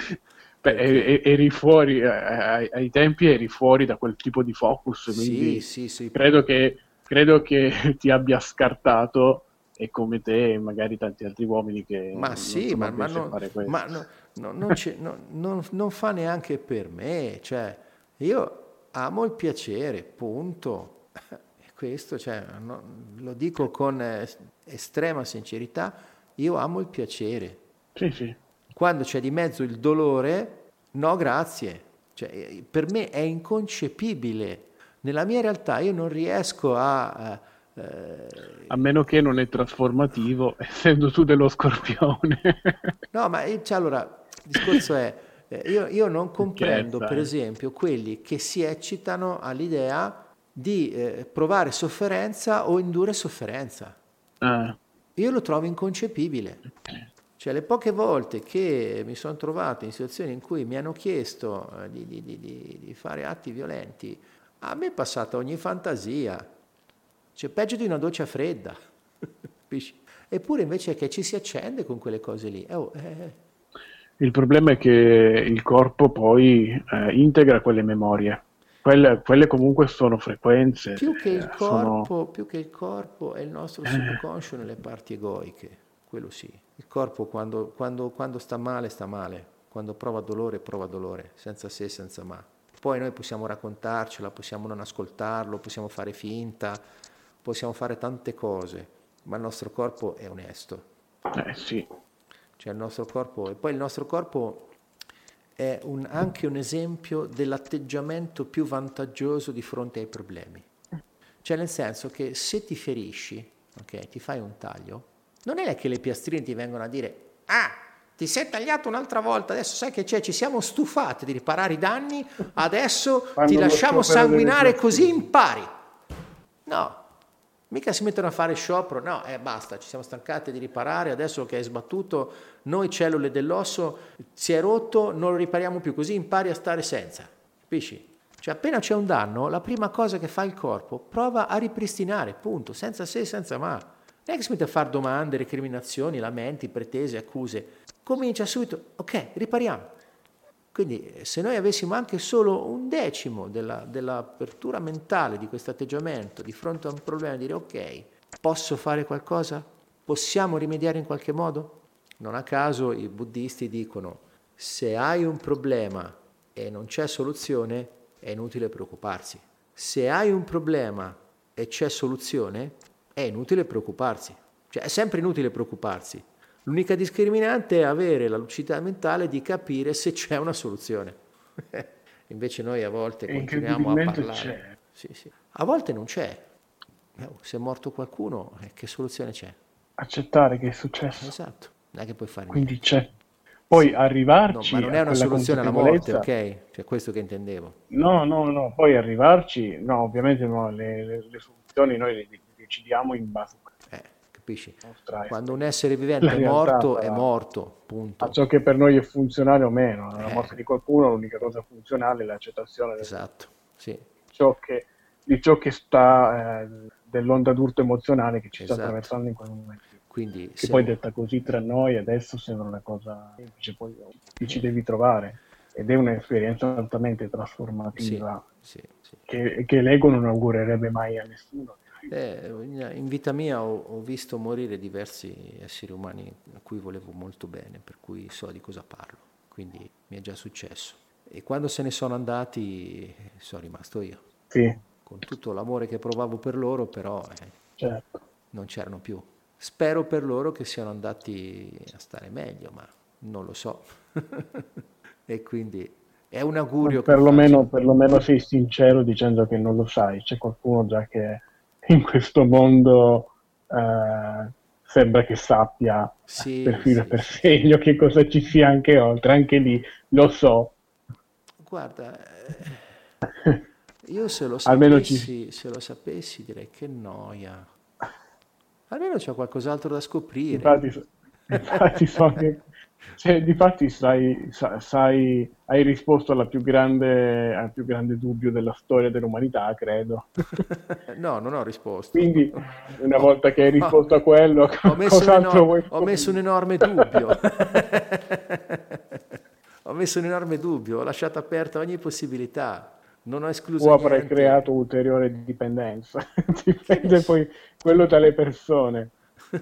Beh, e- Perché e- eri fuori, eh, ai, ai tempi eri fuori da quel tipo di focus, sì, quindi sì, sì, credo che, credo che ti abbia scartato e come te e magari tanti altri uomini che ma non sì, sono ma, ma addessi a non, fare ma questo. no- no- non, c'è- no- non- non fa neanche per me, cioè io amo il piacere, punto. E questo, cioè, no- lo dico con eh, estrema sincerità, io amo il piacere. Sì, sì. Quando c'è di mezzo il dolore, no grazie. Cioè, eh, per me è inconcepibile. Nella mia realtà io non riesco a... eh, A eh, meno che non è trasformativo, essendo tu dello scorpione. No, ma eh, cioè, allora, il discorso è, eh, io, io non comprendo, Scherza, per eh. esempio, quelli che si eccitano all'idea di eh, provare sofferenza o indurre sofferenza. Ah, Io lo trovo inconcepibile. Cioè, le poche volte che mi sono trovato in situazioni in cui mi hanno chiesto eh, di, di- di- di- di fare atti violenti, a me è passata ogni fantasia. Cioè, peggio di una doccia fredda. Capisci? Eppure invece che ci si accende con quelle cose lì. Eh, oh, eh, il problema è che il corpo poi eh, integra quelle memorie. Quelle, quelle comunque sono frequenze, Più che eh, il sono... corpo, più che il corpo è il nostro eh, subconscio nelle parti egoiche, quello sì. Il corpo quando, quando- quando sta male, sta male, quando prova dolore, prova dolore, senza se, senza ma. Poi noi possiamo raccontarcela, possiamo non ascoltarlo, possiamo fare finta, possiamo fare tante cose, ma il nostro corpo è onesto. eh, sì. Cioè il nostro corpo, e poi il nostro corpo è un- anche un esempio dell'atteggiamento più vantaggioso di fronte ai problemi. Cioè nel senso che se ti ferisci, ok, ti fai un taglio, non è che le piastrine ti vengono a dire ah, ti sei tagliato un'altra volta, adesso sai che c'è, ci siamo stufati di riparare i danni, adesso ti Fanno lo lasciamo sciopero delle sanguinare così piastrine. impari. No, mica si mettono a fare sciopero, no, eh, basta, ci siamo stancati di riparare, adesso che è sbattuto, noi cellule dell'osso, si è rotto, non lo ripariamo più, così impari a stare senza, capisci? Cioè appena c'è un danno, la prima cosa che fa il corpo, prova a ripristinare, punto, senza se, senza ma. Non è che si mette a fare domande, recriminazioni, lamenti, pretese, accuse. Comincia subito, ok, ripariamo. Quindi se noi avessimo anche solo un decimo della, dell'apertura mentale di questo atteggiamento di fronte a un problema, dire ok, posso fare qualcosa? Possiamo rimediare in qualche modo? Non a caso i buddisti dicono se hai un problema e non c'è soluzione è inutile preoccuparsi. Se hai un problema e c'è soluzione è inutile preoccuparsi. Cioè è sempre inutile preoccuparsi. L'unica discriminante è avere la lucidità mentale di capire se c'è una soluzione. Invece noi a volte E continuiamo a incredibilmente parlare. c'è. Sì, sì. A volte non c'è. Eh, Se è morto qualcuno, eh, che soluzione c'è? Accettare che è successo, Esatto, non è che puoi fare quindi niente. c'è. Poi Sì. No, ma arrivarci non è a una quella soluzione alla morte, consapevolezza, ok? Cioè questo che intendevo. no, no, no, poi arrivarci, no, ovviamente no, le, le- le soluzioni noi le, le decidiamo in base Eh, capisci? alla nostra Quando un esperienza. essere La vivente è realtà morto, è sarà morto, a punto. ciò che per noi è funzionale o meno. Nella Eh, morte di qualcuno l'unica cosa funzionale è l'accettazione del- esatto, sì, di ciò che, di ciò che sta, eh, dell'onda d'urto emozionale che ci sta esatto. attraversando in quel momento. Quindi Che se... poi detta così tra noi adesso sembra una cosa semplice, poi ti ci devi trovare ed è un'esperienza altamente Sì, trasformativa sì, sì. che, che l'ego non augurerebbe mai a nessuno. Eh, in vita mia ho, ho visto morire diversi esseri umani a cui volevo molto bene, per cui so di cosa parlo, quindi mi è già successo. E quando se ne sono andati sono rimasto io, Sì, con tutto l'amore che provavo per loro, però eh, certo. non c'erano più. Spero per loro che siano andati a stare meglio, ma non lo so. E quindi è un Ma augurio che perlomeno, faccio. perlomeno sei sincero dicendo che non lo sai. C'è qualcuno già che in questo mondo eh, sembra che sappia per Sì, filo e sì, per sì, sì. segno che cosa ci sia anche oltre. Anche lì lo so. Guarda, eh, io se lo Almeno ci... sapessi, se lo sapessi direi che noia. Almeno c'è qualcos'altro da scoprire. Infatti, so- infatti so che... Cioè, difatti sai, sa- sai, hai risposto alla più grande, al più grande dubbio della storia dell'umanità, credo. No, non ho risposto. Quindi, una Ho, volta che hai ho- risposto a quello, ho messo un cos'altro eno- vuoi ho messo un scoprire? enorme dubbio. Ho messo un enorme dubbio, ho lasciato aperta ogni possibilità. Non ho escluso O avrai niente. creato ulteriore dipendenza. Che ne Dipende so. poi quello dalle persone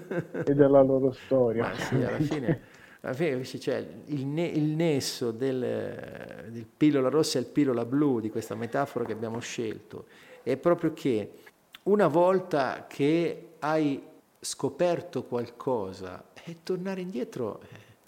e dalla loro storia, Ma sì, alla fine, ovviamente. alla fine capisci, c'è il, ne- il nesso del, del pillola rossa e il pillola blu di questa metafora che abbiamo scelto è proprio che una volta che hai scoperto qualcosa e tornare indietro, eh,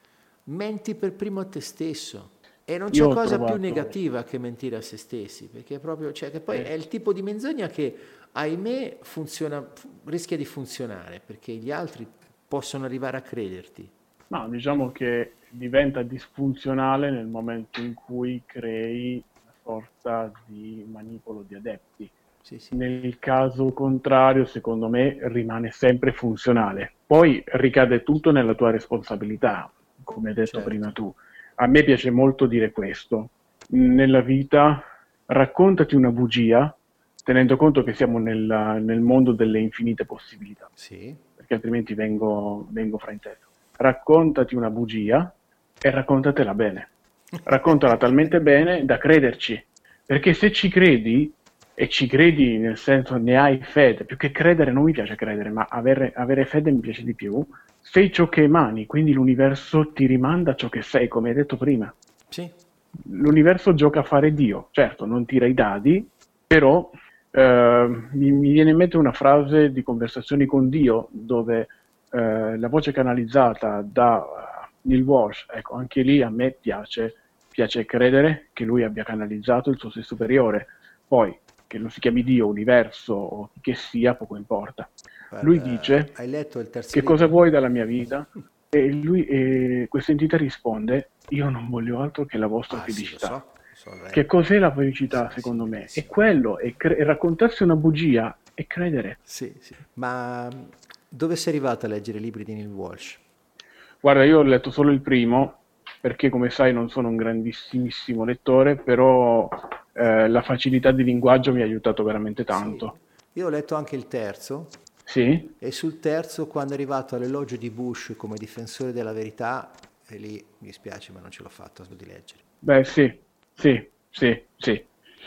menti per primo a te stesso. E non Io c'è ho cosa più trovato, negativa che mentire a se stessi, perché è proprio, cioè, che poi è eh, il tipo di menzogna che, ahimè, funziona, rischia di funzionare, perché gli altri possono arrivare a crederti. no, diciamo che diventa disfunzionale nel momento in cui crei una sorta di manipolo di adepti. Sì, sì. Nel caso contrario, secondo me, rimane sempre funzionale. Poi ricade tutto nella tua responsabilità, come hai detto prima Certo. tu. A me piace molto dire questo. Nella vita raccontati una bugia, tenendo conto che siamo nella- nel mondo delle infinite possibilità, Sì. perché altrimenti vengo, vengo frainteso. Raccontati una bugia e raccontatela bene. Raccontala talmente bene da crederci, perché se ci credi, e ci credi nel senso ne hai fede, più che credere non mi piace credere, ma avere, avere fede mi piace di più, sei ciò che emani, quindi l'universo ti rimanda ciò che sei, come hai detto prima. Sì. L'universo gioca a fare Dio, certo, non tira i dadi, però eh, mi, mi viene in mente una frase di Conversazioni con Dio dove eh, la voce canalizzata da uh, Neil Walsh, ecco, anche lì a me piace, piace credere che lui abbia canalizzato il suo sé superiore, poi che non si chiami Dio, universo o chi che sia, poco importa. Lui Guarda, dice, hai letto il terzo che cosa libro? vuoi dalla mia vita? E lui, e questa entità risponde, io non voglio altro che la vostra Ah, sì, lo felicità. so. So il Che re. cos'è la Sì, felicità sì, secondo me? È benissimo. quello, è, cre- è raccontarsi una bugia e credere. Sì, sì. Ma dove sei arrivato a leggere i libri di Neil Walsh? Guarda, io ho letto solo il primo, perché come sai non sono un grandissimissimo lettore, però eh, la facilità di linguaggio mi ha aiutato veramente Sì. tanto. Io ho letto anche il terzo Sì? e sul terzo, quando è arrivato all'elogio di Bush come difensore della verità, e lì mi dispiace, ma non ce l'ho fatto di leggere. Beh, sì, sì, sì, sì.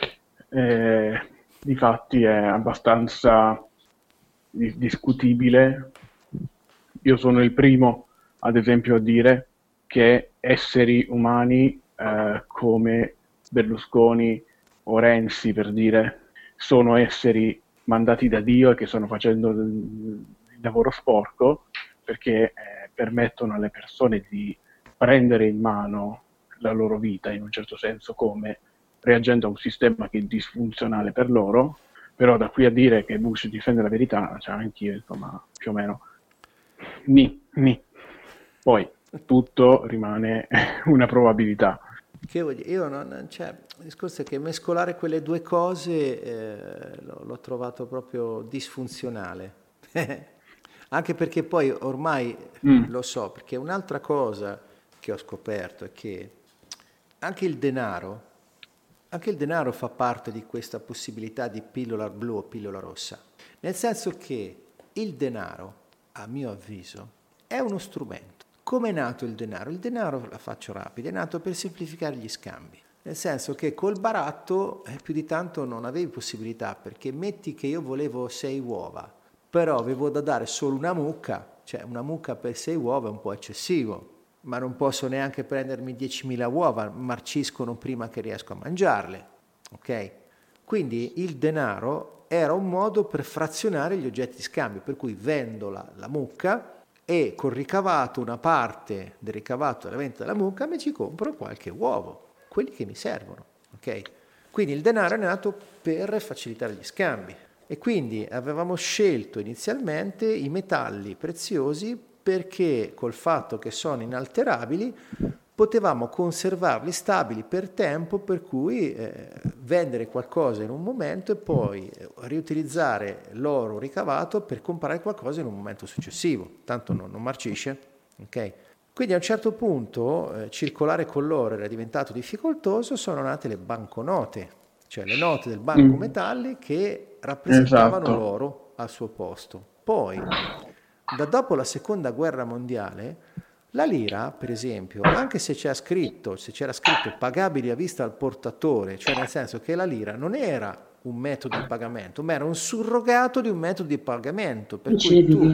Eh, difatti è abbastanza di- discutibile. Io sono il primo, ad esempio, a dire che esseri umani eh, come Berlusconi o Renzi, per dire, sono esseri mandati da Dio e che stanno facendo il, il lavoro sporco perché eh, permettono alle persone di prendere in mano la loro vita in un certo senso come reagendo a un sistema che è disfunzionale per loro, però da qui a dire che Bush difende la verità, cioè anch'io, insomma, più o meno, ni, ni. Poi tutto rimane una probabilità. Che voglio dire, io non, cioè, il discorso è che mescolare quelle due cose eh, l'ho, l'ho trovato proprio disfunzionale. Anche perché poi ormai Mm, lo so, perché un'altra cosa che ho scoperto è che anche il denaro, anche il denaro fa parte di questa possibilità di pillola blu o pillola rossa. Nel senso che il denaro a mio avviso, è uno strumento. Come è nato il denaro? Il denaro, la faccio rapida, è nato per semplificare gli scambi. Nel senso che col baratto eh, più di tanto non avevi possibilità, perché metti che io volevo sei uova, però avevo da dare solo una mucca, cioè una mucca per sei uova è un po' eccessivo, ma non posso neanche prendermi diecimila uova, marciscono prima che riesco a mangiarle, ok? Quindi il denaro era un modo per frazionare gli oggetti di scambio, per cui vendo la, la mucca e col ricavato, una parte del ricavato della vendita della mucca, mi ci compro qualche uovo, quelli che mi servono, ok? Quindi il denaro è nato per facilitare gli scambi e quindi avevamo scelto inizialmente i metalli preziosi perché col fatto che sono inalterabili potevamo conservarli stabili per tempo, per cui eh, vendere qualcosa in un momento e poi riutilizzare l'oro ricavato per comprare qualcosa in un momento successivo, tanto non, non marcisce, ok? Quindi a un certo punto eh, circolare con l'oro era diventato difficoltoso, sono nate le banconote, cioè le note del banco Mm. metalli che rappresentavano Esatto. l'oro al suo posto. Poi, da dopo la seconda guerra mondiale, la lira, per esempio, anche se c'era scritto, se c'era scritto pagabili a vista al portatore, cioè nel senso che la lira non era un metodo di pagamento, ma era un surrogato di un metodo di pagamento, per cui tu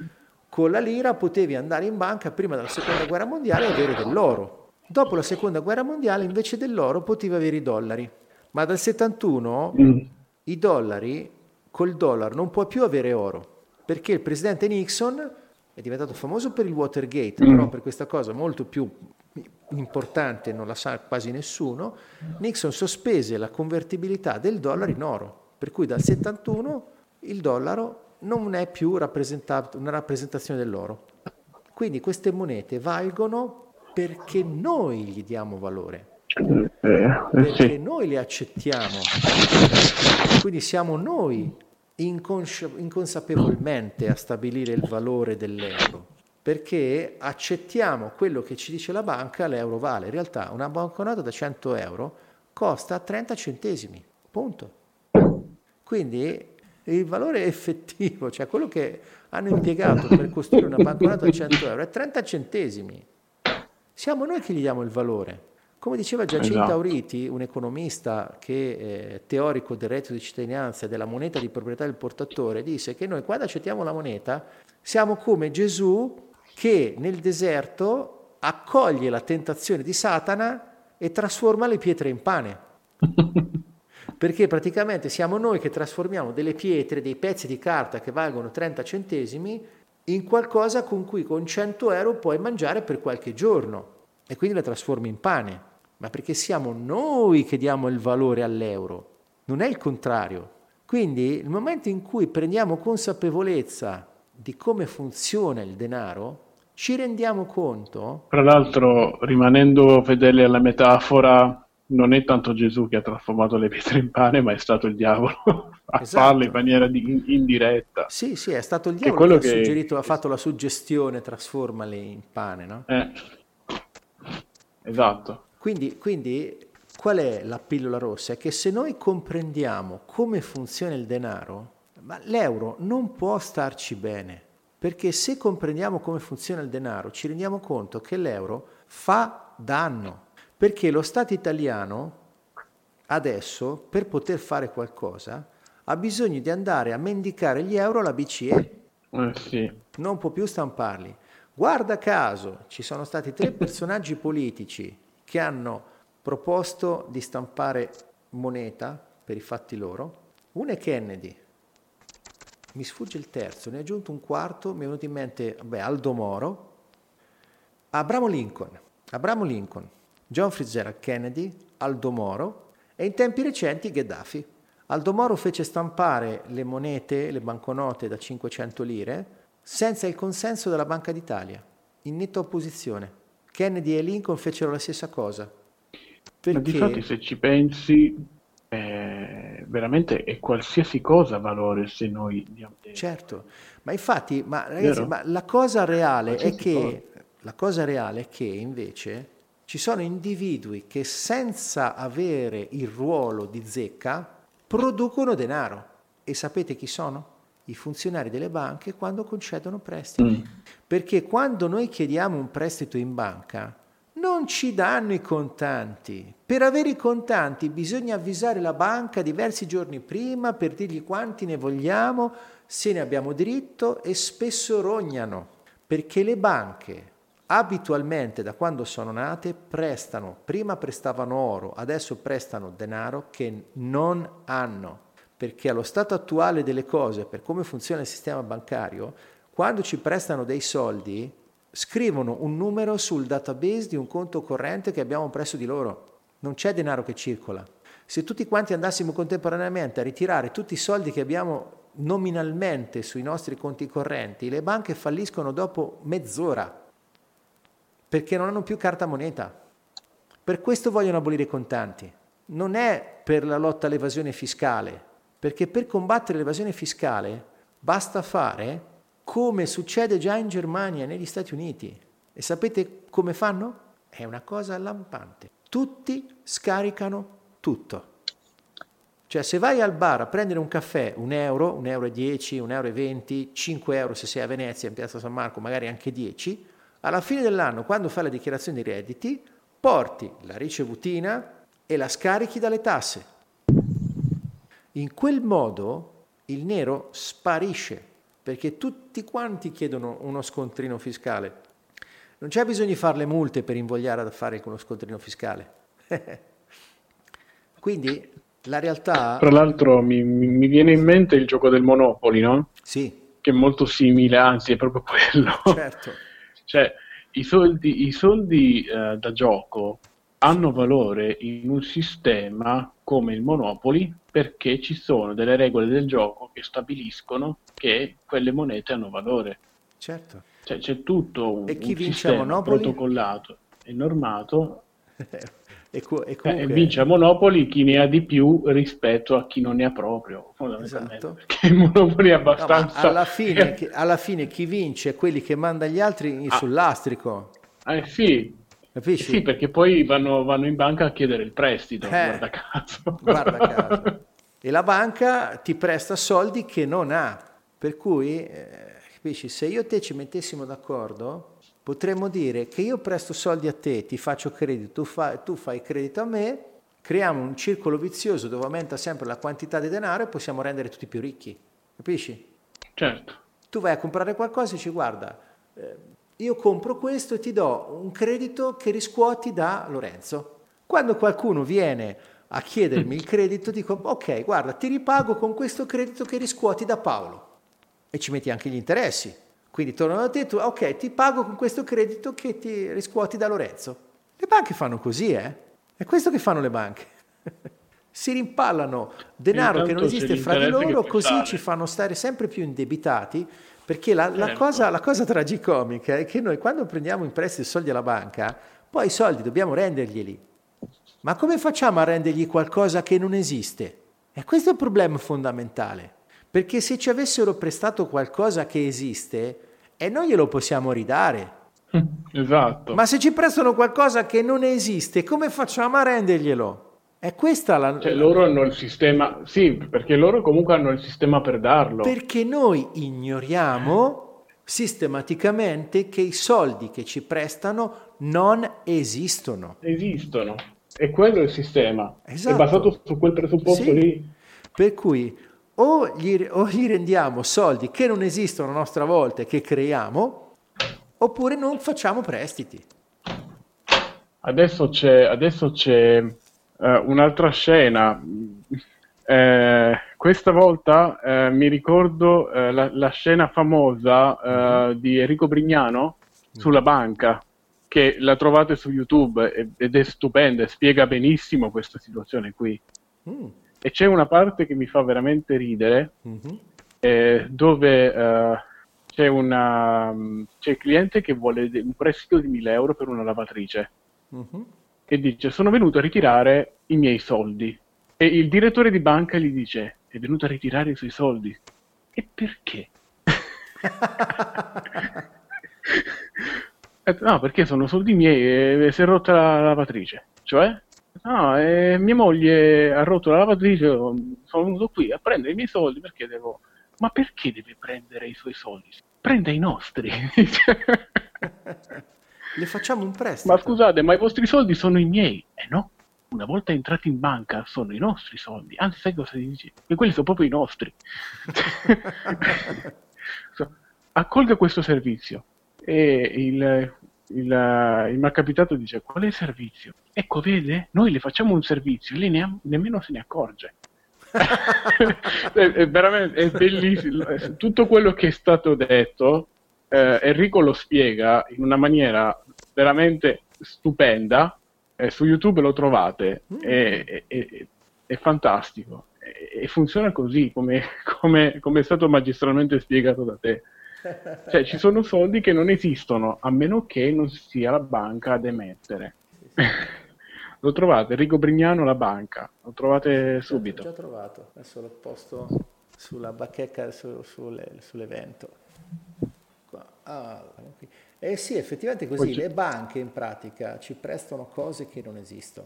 con la lira potevi andare in banca prima della seconda guerra mondiale e avere dell'oro. Dopo la seconda guerra mondiale invece dell'oro potevi avere i dollari, ma dal settantuno Mm. i dollari, col dollaro non puoi più avere oro, perché il presidente Nixon è diventato famoso per il Watergate, Mm. però per questa cosa molto più importante, non la sa quasi nessuno, Nixon sospese la convertibilità del dollaro in oro, per cui dal settantuno il dollaro non è più rappresentato, una rappresentazione dell'oro. Quindi queste monete valgono perché noi gli diamo valore, Eh, eh, perché sì. noi le accettiamo, quindi siamo noi inconsci- inconsapevolmente a stabilire il valore dell'euro, perché accettiamo quello che ci dice la banca, l'euro vale. In realtà una banconota da cento euro costa trenta centesimi, punto. Quindi il valore effettivo, cioè quello che hanno impiegato per costruire una banconota da cento euro è trenta centesimi. Siamo noi che gli diamo il valore. Come diceva Giacinta Esatto. Auriti, un economista che è teorico del reddito di cittadinanza e della moneta di proprietà del portatore, disse che noi quando accettiamo la moneta siamo come Gesù che nel deserto accoglie la tentazione di Satana e trasforma le pietre in pane. Perché praticamente siamo noi che trasformiamo delle pietre, dei pezzi di carta che valgono trenta centesimi in qualcosa con cui con cento euro puoi mangiare per qualche giorno e quindi le trasformi in pane. Ma perché siamo noi che diamo il valore all'euro, non è il contrario. Quindi il momento in cui prendiamo consapevolezza di come funziona il denaro, ci rendiamo conto. Tra l'altro, rimanendo fedeli alla metafora, non è tanto Gesù che ha trasformato le pietre in pane, ma è stato il diavolo a farlo in Esatto. maniera di- in- indiretta. Sì, sì, è stato il Che è diavolo che quello ha che... suggerito, ha che- fatto la suggestione, trasformali in pane, no? eh, esatto. Quindi, quindi qual è la pillola rossa? È che se noi comprendiamo come funziona il denaro, ma l'euro non può starci bene, perché se comprendiamo come funziona il denaro, ci rendiamo conto che l'euro fa danno, perché lo Stato italiano adesso, per poter fare qualcosa, ha bisogno di andare a mendicare gli euro alla B C E, Eh, sì. non può più stamparli. Guarda caso, ci sono stati tre personaggi politici che hanno proposto di stampare moneta per i fatti loro. Uno è Kennedy, mi sfugge il terzo, ne ho aggiunto un quarto, mi è venuto in mente vabbè, Aldo Moro, Abramo Lincoln, Abramo Lincoln, John Fitzgerald Kennedy, Aldo Moro e in tempi recenti Gheddafi. Aldo Moro fece stampare le monete, le banconote da cinquecento lire senza il consenso della Banca d'Italia, in netta opposizione. Kennedy e Lincoln fecero la stessa cosa. Ma difatti, Perché? se ci pensi, eh, veramente è qualsiasi cosa valore se noi diamo dentro. Certo, ma infatti, ma ragazzi, Vero? ma la cosa reale è Qualsiasi cosa. che, la cosa reale è che invece ci sono individui che senza avere il ruolo di zecca producono denaro. E sapete chi sono? i funzionari delle banche quando concedono prestiti. Mm. Perché quando noi chiediamo un prestito in banca, non ci danno i contanti. Per avere i contanti bisogna avvisare la banca diversi giorni prima per dirgli quanti ne vogliamo, se ne abbiamo diritto, e spesso rognano, perché le banche abitualmente da quando sono nate prestano, prima prestavano oro, adesso prestano denaro che non hanno, perché allo stato attuale delle cose, per come funziona il sistema bancario, quando ci prestano dei soldi scrivono un numero sul database di un conto corrente che abbiamo presso di loro, non c'è denaro che circola. Se tutti quanti andassimo contemporaneamente a ritirare tutti i soldi che abbiamo nominalmente sui nostri conti correnti, le banche falliscono dopo mezz'ora, perché non hanno più carta moneta. Per questo vogliono abolire i contanti. Non è per la lotta all'evasione fiscale, perché per combattere l'evasione fiscale basta fare come succede già in Germania e negli Stati Uniti. E sapete come fanno? È una cosa lampante. Tutti scaricano tutto. Cioè se vai al bar a prendere un caffè, un euro, un euro e dieci, un euro e venti, cinque euro se sei a Venezia, in Piazza San Marco, magari anche dieci, alla fine dell'anno, quando fai la dichiarazione dei redditi, porti la ricevutina e la scarichi dalle tasse. In quel modo il nero sparisce, perché tutti quanti chiedono uno scontrino fiscale. Non c'è bisogno di fare le multe per invogliare a fare uno scontrino fiscale. Quindi la realtà... Tra l'altro mi, mi viene in mente il gioco del Monopoli, no? Sì. Che è molto simile, anzi è proprio quello. Certo. Cioè, i soldi, i soldi eh, da gioco hanno valore in un sistema come il Monopoli perché ci sono delle regole del gioco che stabiliscono che quelle monete hanno valore. Certo. Cioè, c'è tutto un, e chi un vince sistema a Monopoli? protocollato e normato. e, co- e, comunque... eh, vince a Monopoli chi ne ha di più rispetto a chi non ne ha proprio, fondamentalmente. Esatto. Perché il Monopoli è abbastanza... No, alla, fine, alla fine chi vince è quelli che manda gli altri ah. sul lastrico. Eh sì. Capisci? Sì, perché poi vanno, vanno in banca a chiedere il prestito, eh, guarda caso. Guarda caso. E la banca ti presta soldi che non ha. Per cui, eh, capisci, se io e te ci mettessimo d'accordo, potremmo dire che io presto soldi a te, ti faccio credito, tu, fa, tu fai credito a me, creiamo un circolo vizioso dove aumenta sempre la quantità di denaro e possiamo rendere tutti più ricchi. Capisci? Certo. Tu vai a comprare qualcosa e ci guarda... Eh, io compro questo e ti do un credito che riscuoti da Lorenzo. Quando qualcuno viene a chiedermi il credito, dico, ok, guarda, ti ripago con questo credito che riscuoti da Paolo. E ci metti anche gli interessi. Quindi torno da te, tu, ok, ti pago con questo credito che ti riscuoti da Lorenzo. Le banche fanno così, eh? È questo che fanno le banche. Si rimpallano denaro che non esiste fra di loro, così sale. Ci fanno stare sempre più indebitati. Perché la, la, certo. cosa, la cosa tragicomica è che noi quando prendiamo in prestito i soldi alla banca, poi i soldi dobbiamo renderglieli. Ma come facciamo a rendergli qualcosa che non esiste? E questo è il problema fondamentale. Perché se ci avessero prestato qualcosa che esiste, e noi glielo possiamo ridare. Esatto. Ma se ci prestano qualcosa che non esiste, come facciamo a renderglielo? È questa la... Cioè loro hanno il sistema, sì, perché loro comunque hanno il sistema per darlo. Perché noi ignoriamo sistematicamente che i soldi che ci prestano non esistono. Esistono, e quello è il sistema. Esatto. È basato su quel presupposto sì. lì. Per cui o gli, o gli rendiamo soldi che non esistono a nostra volta e che creiamo, oppure non facciamo prestiti. Adesso c'è... Adesso c'è... Uh, un'altra scena, eh, questa volta eh, mi ricordo eh, la, la scena famosa eh, mm-hmm. di Enrico Brignano sulla banca, che la trovate su YouTube ed è stupenda e spiega benissimo questa situazione qui. Mm. E c'è una parte che mi fa veramente ridere, mm-hmm. eh, dove eh, c'è, una, c'è il cliente che vuole un prestito di mille euro per una lavatrice. Mm-hmm. E dice, sono venuto a ritirare i miei soldi. E il direttore di banca gli dice, è venuto a ritirare i suoi soldi. E perché? No, perché sono soldi miei e si è rotta la lavatrice. Cioè? No, e mia moglie ha rotto la lavatrice, sono venuto qui a prendere i miei soldi perché devo ma perché deve prendere i suoi soldi? Prenda i nostri. Le facciamo un prestito. Ma scusate, ma i vostri soldi sono i miei. Eh no, una volta entrati in banca sono i nostri soldi. Anzi, sai cosa si dice? Che quelli sono proprio i nostri. Accolga questo servizio. E il, il, il malcapitato dice: qual è il servizio? Ecco, vede, noi le facciamo un servizio e lei ne, nemmeno se ne accorge. è, è veramente è bellissimo. Tutto quello che è stato detto, eh, Enrico lo spiega in una maniera veramente stupenda. Eh, su YouTube lo trovate, mm. è, è, è, è fantastico e, e funziona così come, come, come è stato magistralmente spiegato da te. Cioè, ci sono soldi che non esistono a meno che non sia la banca ad emettere. Lo trovate, Enrico Brignano, La Banca, lo trovate subito. L'ho già trovato, adesso l'ho posto sulla bacheca su, sulle, sull'evento. Qua. Ah, eh sì, effettivamente così, Poi le c- banche in pratica ci prestano cose che non esistono.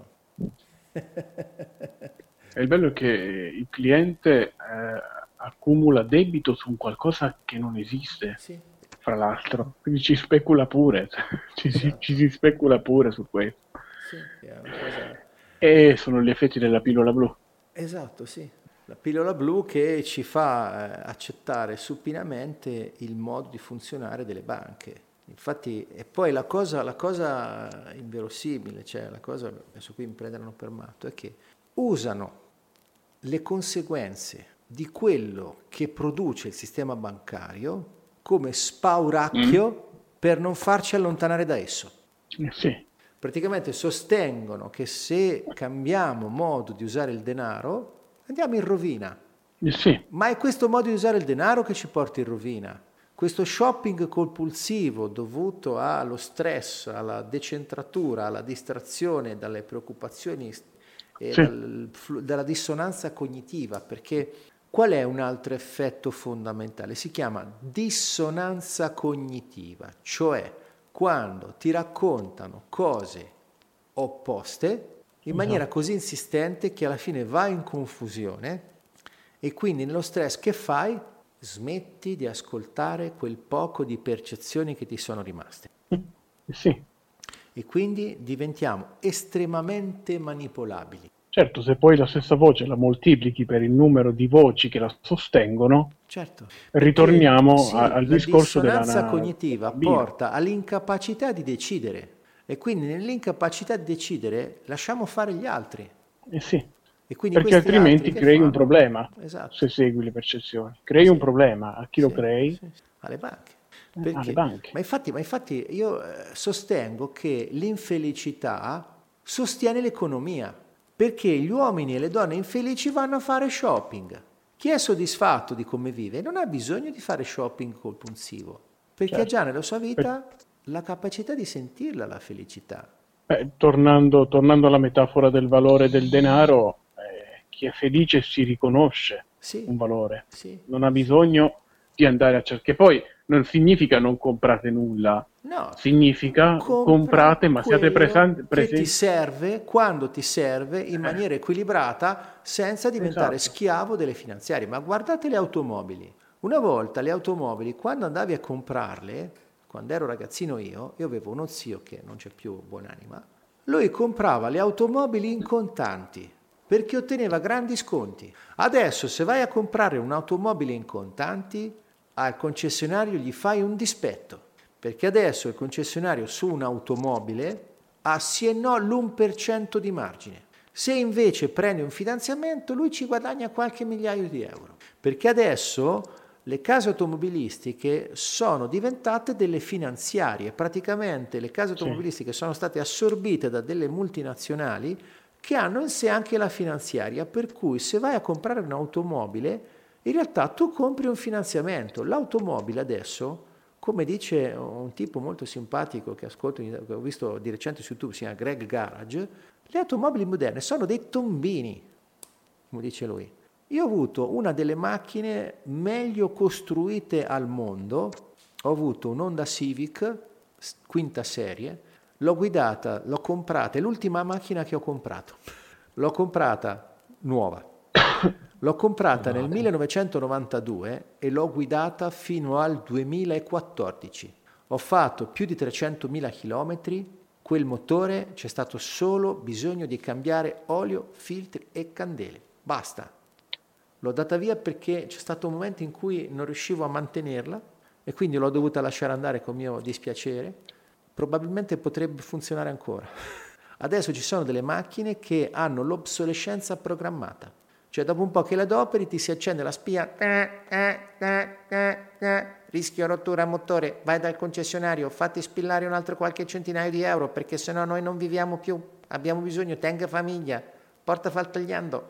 E il bello è che il cliente eh, accumula debito su qualcosa che non esiste, sì. Fra l'altro, quindi ci specula pure, ci, esatto. si, ci si specula pure su questo. Sì, è una cosa... E sono gli effetti della pillola blu. Esatto, sì. La pillola blu che ci fa eh, accettare supinamente il modo di funzionare delle banche. Infatti, e poi la cosa, la cosa inverosimile, cioè la cosa, adesso qui mi prenderanno per matto, è che usano le conseguenze di quello che produce il sistema bancario come spauracchio mm. per non farci allontanare da esso. Eh sì. Praticamente sostengono che se cambiamo modo di usare il denaro andiamo in rovina. Eh sì. Ma è questo modo di usare il denaro che ci porta in rovina. Questo shopping compulsivo dovuto allo stress, alla decentratura, alla distrazione dalle preoccupazioni e sì. dal, dalla dissonanza cognitiva, perché qual è un altro effetto fondamentale? Si chiama dissonanza cognitiva, cioè quando ti raccontano cose opposte in maniera esatto. così insistente che alla fine vai in confusione e quindi nello stress che fai? Smetti di ascoltare quel poco di percezioni che ti sono rimaste. Sì. E quindi diventiamo estremamente manipolabili. Certo, se poi la stessa voce la moltiplichi per il numero di voci che la sostengono, certo, ritorniamo sì, a, al discorso della... La dissonanza cognitiva porta all'incapacità di decidere e quindi nell'incapacità di decidere lasciamo fare gli altri. Eh sì, e quindi perché altrimenti crei fanno? un problema, esatto. se segui le percezioni. Crei sì. un problema, a chi sì, lo crei? Sì, sì. Alle banche. Eh, alle banche. Ma infatti, ma infatti io eh, sostengo che l'infelicità sostiene l'economia. Perché gli uomini e le donne infelici vanno a fare shopping. Chi è soddisfatto di come vive non ha bisogno di fare shopping compulsivo, perché certo. ha già nella sua vita per... la capacità di sentirla la felicità. Beh, tornando, tornando alla metafora del valore del denaro, eh, chi è felice si riconosce sì. un valore, sì. non ha bisogno di andare a cercare. Poi non significa non comprate nulla. No, significa comprate ma siate presenti, presenti. Che ti serve quando ti serve in maniera equilibrata senza diventare esatto. schiavo delle finanziarie. Ma guardate le automobili. Una volta le automobili, quando andavi a comprarle, quando ero ragazzino io, io avevo uno zio che non c'è più, buonanima, lui comprava le automobili in contanti perché otteneva grandi sconti. Adesso se vai a comprare un'automobile in contanti, al concessionario gli fai un dispetto. Perché adesso il concessionario su un'automobile ha sì e no l'uno per cento di margine. Se invece prende un finanziamento, lui ci guadagna qualche migliaio di euro. Perché adesso le case automobilistiche sono diventate delle finanziarie. Praticamente le case automobilistiche sì. sono state assorbite da delle multinazionali che hanno in sé anche la finanziaria. Per cui se vai a comprare un'automobile, in realtà tu compri un finanziamento. L'automobile adesso... Come dice un tipo molto simpatico che ascolto, che ho visto di recente su YouTube, si chiama Greg Garage, le automobili moderne sono dei tombini, come dice lui. Io ho avuto una delle macchine meglio costruite al mondo, ho avuto un Honda Civic, quinta serie, l'ho guidata, l'ho comprata, è l'ultima macchina che ho comprato, l'ho comprata nuova, L'ho comprata nel millenovecentonovantadue e l'ho guidata fino al duemilaquattordici. Ho fatto più di trecentomila chilometri, quel motore c'è stato solo bisogno di cambiare olio, filtri e candele. Basta. L'ho data via perché c'è stato un momento in cui non riuscivo a mantenerla e quindi l'ho dovuta lasciare andare con mio dispiacere. Probabilmente potrebbe funzionare ancora. Adesso ci sono delle macchine che hanno l'obsolescenza programmata. Cioè dopo un po' che la adoperi ti si accende la spia, eh, eh, eh, eh, eh, rischio rottura motore, vai dal concessionario, fatti spillare un altro qualche centinaio di euro perché sennò noi non viviamo più, abbiamo bisogno, tenga famiglia, porta faltagliando.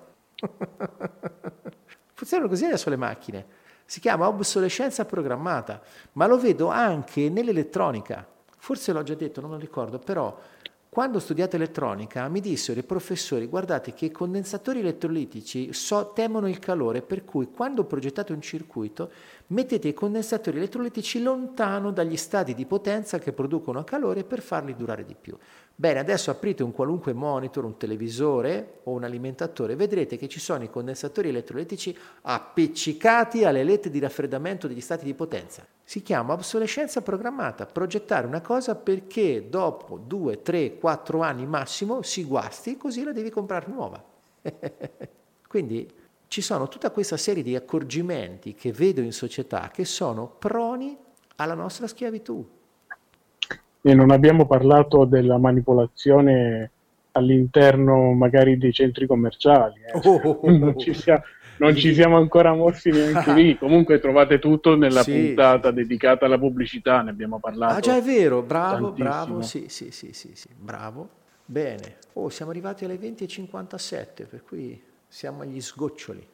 Funzionano così adesso le macchine, si chiama obsolescenza programmata, ma lo vedo anche nell'elettronica, forse l'ho già detto, non lo ricordo, però quando ho studiato elettronica mi dissero i professori, guardate che i condensatori elettrolitici so, temono il calore, per cui quando progettate un circuito mettete i condensatori elettrolitici lontano dagli stati di potenza che producono calore per farli durare di più. Bene, adesso aprite un qualunque monitor, un televisore o un alimentatore, vedrete che ci sono i condensatori elettrolitici appiccicati alle lette di raffreddamento degli stati di potenza. Si chiama obsolescenza programmata, progettare una cosa perché dopo due, tre, quattro anni massimo si guasti, così la devi comprare nuova. Quindi ci sono tutta questa serie di accorgimenti che vedo in società che sono proni alla nostra schiavitù. E non abbiamo parlato della manipolazione all'interno magari dei centri commerciali. Eh. Oh, oh, oh, non ci, sia, non ci siamo ancora mossi neanche lì. Comunque trovate tutto nella sì, puntata sì. dedicata alla pubblicità, ne abbiamo parlato. Ah già, è vero, bravo, tantissimo. bravo, sì, sì, sì, sì, sì, bravo. Bene. Oh, siamo arrivati alle venti e cinquantasette, per cui siamo agli sgoccioli.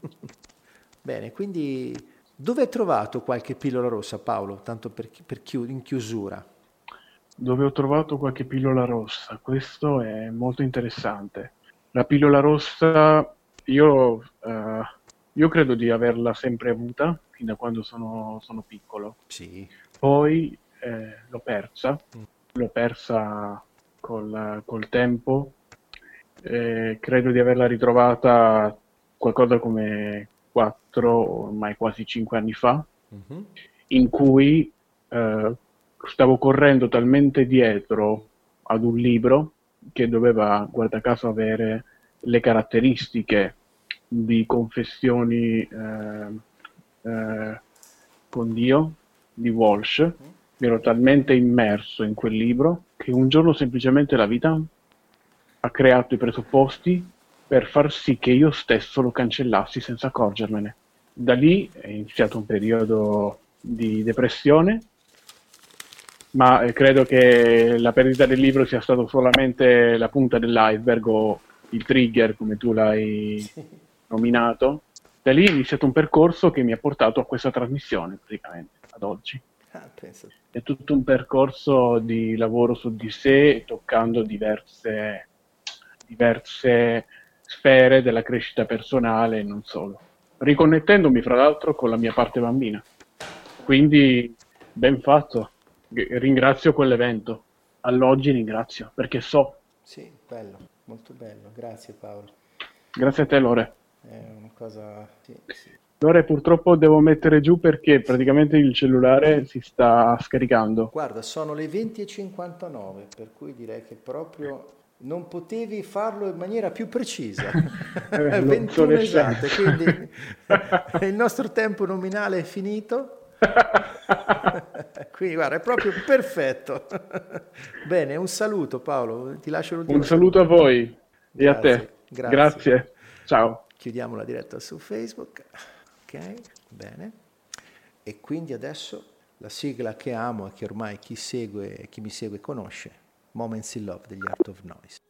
Bene, quindi dove hai trovato qualche pillola rossa, Paolo, tanto per, per chiud- in chiusura? Dove ho trovato qualche pillola rossa, questo è molto interessante. La pillola rossa, io, eh, io credo di averla sempre avuta, fin da quando sono, sono piccolo. Sì. Poi eh, l'ho persa, l'ho persa col, col tempo, eh, credo di averla ritrovata qualcosa come quattro, ormai quasi cinque anni fa, Mm-hmm. in cui eh, stavo correndo talmente dietro ad un libro che doveva, guarda caso, avere le caratteristiche di confessioni eh, eh, con Dio di Walsh. Mi ero talmente immerso in quel libro che un giorno semplicemente la vita ha creato i presupposti per far sì che io stesso lo cancellassi senza accorgermene. Da lì è iniziato un periodo di depressione, ma eh, credo che la perdita del libro sia stato solamente la punta dell'iceberg o il trigger, come tu l'hai nominato. Da lì è iniziato un percorso che mi ha portato a questa trasmissione, praticamente, ad oggi. Ah, penso. È tutto un percorso di lavoro su di sé, toccando diverse, diverse sfere della crescita personale e non solo. Riconnettendomi, fra l'altro, con la mia parte bambina. Quindi, ben fatto. Ringrazio quell'evento. All'oggi ringrazio, perché so. Sì, bello, molto bello. Grazie Paolo. Grazie a te, Lore. È una cosa... Sì, sì. Lore, purtroppo devo mettere giù perché praticamente il cellulare si sta scaricando. Guarda, sono le venti e cinquantanove, per cui direi che proprio non potevi farlo in maniera più precisa. Eh, ventuno esatte, quindi il nostro tempo nominale è finito. Quindi guarda, è proprio perfetto. Bene, un saluto Paolo, ti lascio l'ultimo Un saluto a voi e a Grazie, te. grazie. Grazie. Ciao. Chiudiamo la diretta su Facebook. Ok, bene. E quindi adesso la sigla che amo e che ormai chi segue, chi mi segue conosce, Moments in Love degli Art of Noise.